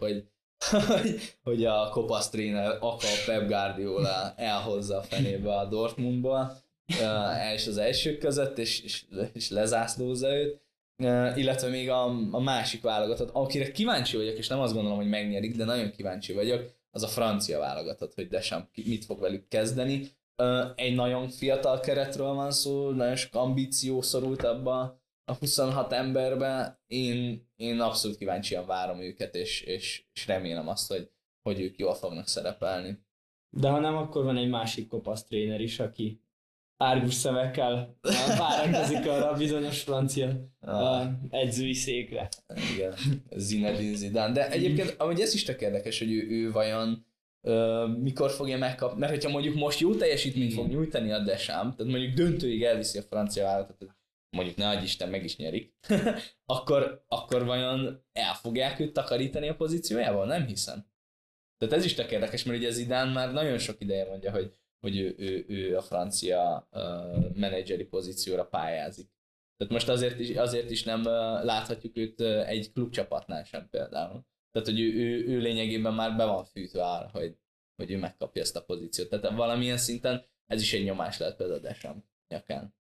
hogy a kopasz tréner Pep Guardiola elhozza a fenébe a Dortmundból, és az elsők között, és lezászlózza őt. Illetve még a másik válogatott, akire kíváncsi vagyok, és nem azt gondolom, hogy megnyerik, de nagyon kíváncsi vagyok, az a francia válogatott, hogy Deschamps mit fog velük kezdeni. Egy nagyon fiatal keretről van szó, nagyon sok ambíció szorult abba a 26 emberbe. Én abszolút kíváncsian várom őket, és remélem azt, hogy ők jól fognak szerepelni. De ha nem, akkor van egy másik kopasz tréner is, aki árgus szemekkel várakozik arra a bizonyos francia edzői székre. Igen, Zinedine Zidane. De egyébként amúgy ez is tök érdekes, hogy ő vajon mikor fogja megkapni, mert hogyha mondjuk most jó teljesítményt fog nyújtani a Deschamps, tehát mondjuk döntőig elviszi a francia vállalatot, mondjuk ne adj Isten, meg is nyerik, akkor vajon el fogják őt takarítani a pozíciójával? Nem hiszem. Tehát ez is tök érdekes, mert ugye Zidane már nagyon sok ideje mondja, hogy ő a francia menedzseri pozícióra pályázik. Tehát most azért is nem láthatjuk őt egy klubcsapatnál sem például. Tehát, hogy ő lényegében már be van fűtve arra, hogy ő megkapja ezt a pozíciót. Tehát valamilyen szinten ez is egy nyomás lehet például Deschamps nyakán.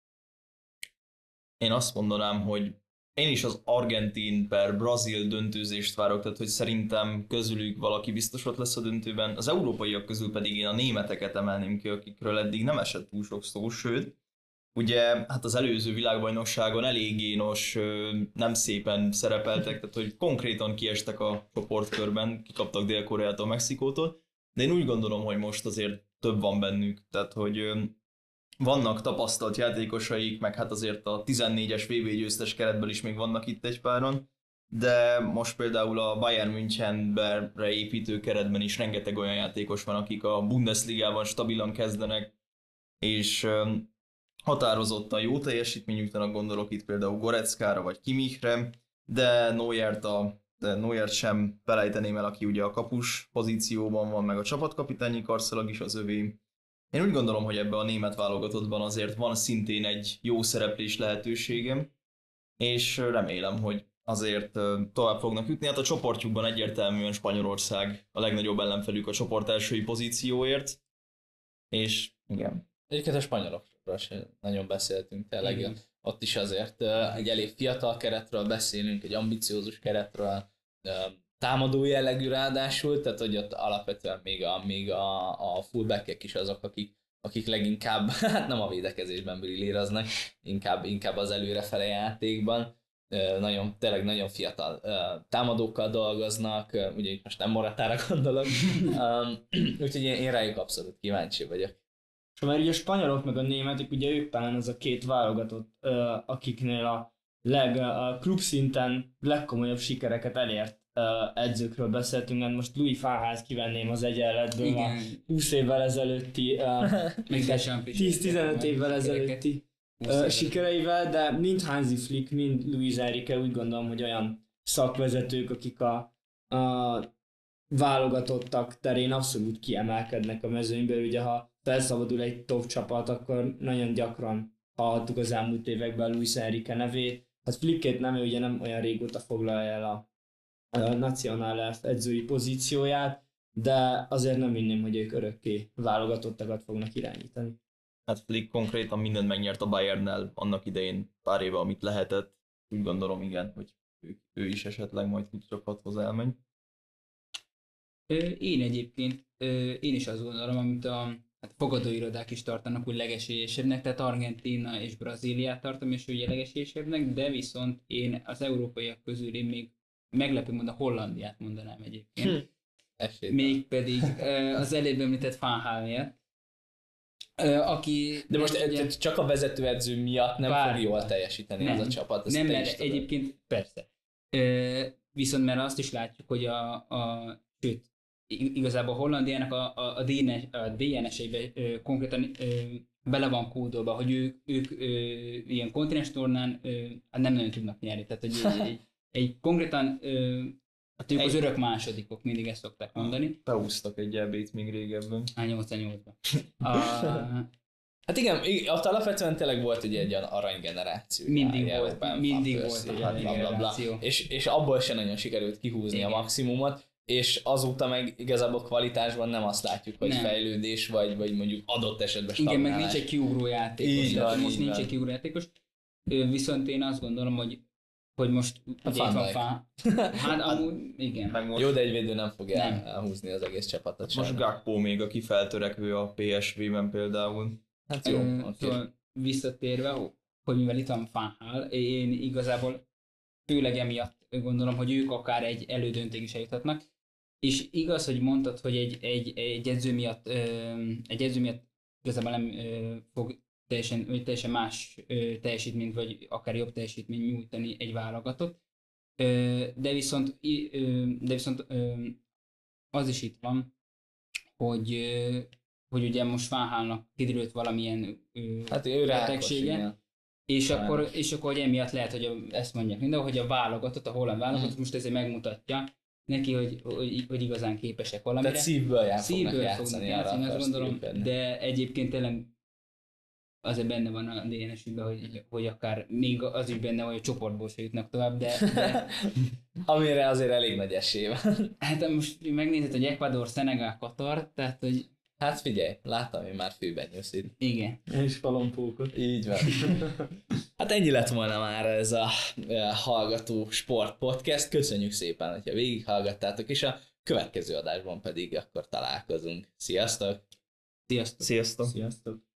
Én azt mondanám, hogy én is az argentin per brazil döntőzést várok, tehát hogy szerintem közülük valaki biztos ott lesz a döntőben. Az európaiak közül pedig én a németeket emelném ki, akikről eddig nem esett túl sok szó, sőt, ugye hát az előző világbajnokságon eléggé nem szépen szerepeltek, tehát hogy konkrétan kiestek a csoportkörben, kikaptak Dél-Koreától, Mexikótól, de én úgy gondolom, hogy most azért több van bennük, tehát hogy vannak tapasztalt játékosaik, meg hát azért a 14-es VB győztes keretből is még vannak itt egy páron, de most például a Bayern Münchenre építő keretben is rengeteg olyan játékos van, akik a Bundesligában stabilan kezdenek, és határozottan jó teljesítmény nyújtanak, gondolok itt például Goretzkára vagy Kimmichre, de Neuert sem felejteném el, aki ugye a kapus pozícióban van, meg a csapatkapitányi karszalag is az övé. Én úgy gondolom, hogy ebben a német válogatottban azért van szintén egy jó szereplés lehetőségem, és remélem, hogy azért tovább fognak jutni. Hát a csoportjukban egyértelműen Spanyolország a legnagyobb ellenfelük a csoport elsői pozícióért, és igen. Egyébként a spanyolokról sem nagyon beszéltünk tényleg. Igen. Ott is azért egy elég fiatal keretről beszélünk, egy ambiciózus keretről, támadó jellegű ráadásul, tehát hogy ott alapvetően még a fullbackek is azok, akik leginkább, hát nem a védekezésben brillíroznak, inkább az előrefele játékban. Tényleg nagyon fiatal támadókkal dolgoznak, ugye itt most nem Moratára gondolok, úgyhogy én rájuk abszolút kíváncsi vagyok. És már ugye a spanyolok meg a németek, ugye ők talán az a két válogatott, akiknél a klub szinten legkomolyabb sikereket elért edzőkről beszéltünk, mert most Louis Van kivenném az egyenletből a 20 évvel ezelőtti, 10-15 évvel ezelőtti sikereivel, de mind Hansi Flick, mind Luis Enrique úgy gondolom, hogy olyan szakvezetők, akik a válogatottak terén abszolút kiemelkednek a mezőnyből. Ugye ha felszabadul egy top csapat, akkor nagyon gyakran hallhattuk az elmúlt években Luis Enrique nevét. Hát Flickét nem, ő ugye nem olyan régóta foglalja el a Nacional edzői pozícióját, de azért nem hinném, hogy ők örökké válogatottakat fognak irányítani. Hát Flick konkrétan mindent megnyert a Bayernnel annak idején pár éve, amit lehetett. Úgy gondolom, igen, hogy ő is esetleg majd csapathoz elmegy. Én egyébként, én is azt gondolom, amit a fogadóirodák is tartanak úgy legesélyesebbnek, tehát Argentína és Brazíliát tartom, és ugye legesélyesebbnek, de viszont én az európaiak közül én még meglepő módon Hollandiát mondanám egyébként. Mégpedig az előbb említett Van Gaal miatt. Aki... De most csak a vezetőedző miatt nem fog jól teljesíteni az a csapat. Nem, mert egyébként persze. Viszont mert azt is látjuk, hogy sőt, igazából Hollandiának a DNS-eibe konkrétan bele van kódolva, hogy ők ilyen kontinens tornán nem nagyon tudnak nyerni. Tehát, hogy egy konkrétan ők az örök másodikok, mindig ezt szokták mondani. Beúztak egy EB-t még régebben. 88-ban. Hát igen, ott alapvetően tényleg volt ugye egy olyan aranygeneráció. Mindig volt egy aranygeneráció. És abból sem nagyon sikerült kihúzni a maximumot, és azóta meg igazából kvalitásban nem azt látjuk, hogy fejlődés, vagy mondjuk adott esetben stagnálás. Igen, meg nincs egy kiugró játékos. Most nincs egy kiugró játékos. Viszont én azt gondolom, hogy most ugye itt van Hát amúgy, igen. Most, jó, de egy védő nem fogja elhúzni az egész csapatot. Most Gakpo még, aki feltörekvő a PSV-ben például. Hát jó. Szóval visszatérve, hogy mivel itt van Van Gaal, én igazából főleg emiatt gondolom, hogy ők akár egy elődöntőig is eljuthatnak. És igaz, hogy mondtad, hogy egy edző miatt igazából nem fog teljesen más teljesítményt, vagy akár jobb teljesítményt nyújtani egy válogatott. De viszont az is itt van, hogy ugye most Van Gaalnak kiderült valamilyen betegsége, és akkor hogy emiatt lehet, hogy ezt mondják mindenhol, hogy a válogatott, a holland válogatott most ezért megmutatja neki, hogy igazán képesek valamire. Tehát szívből fognak játszani, azt gondolom, de egyébként tényleg azért benne van a DNS-ükben, hogy akár még az is benne, hogy a csoportból se jutnak tovább, de... Amire azért elég nagy esély van. Hát most megnézed, hogy Ecuador, Szenegál, Katar, tehát hogy... Hát figyelj, láttam én már főbenyőszid. Igen. És palompókot. Így van. Hát ennyi lett volna már ez a Hallgató Sport Podcast. Köszönjük szépen, hogyha végighallgattátok, és a következő adásban pedig akkor találkozunk. Sziasztok! Sziasztok! Sziasztok! Sziasztok!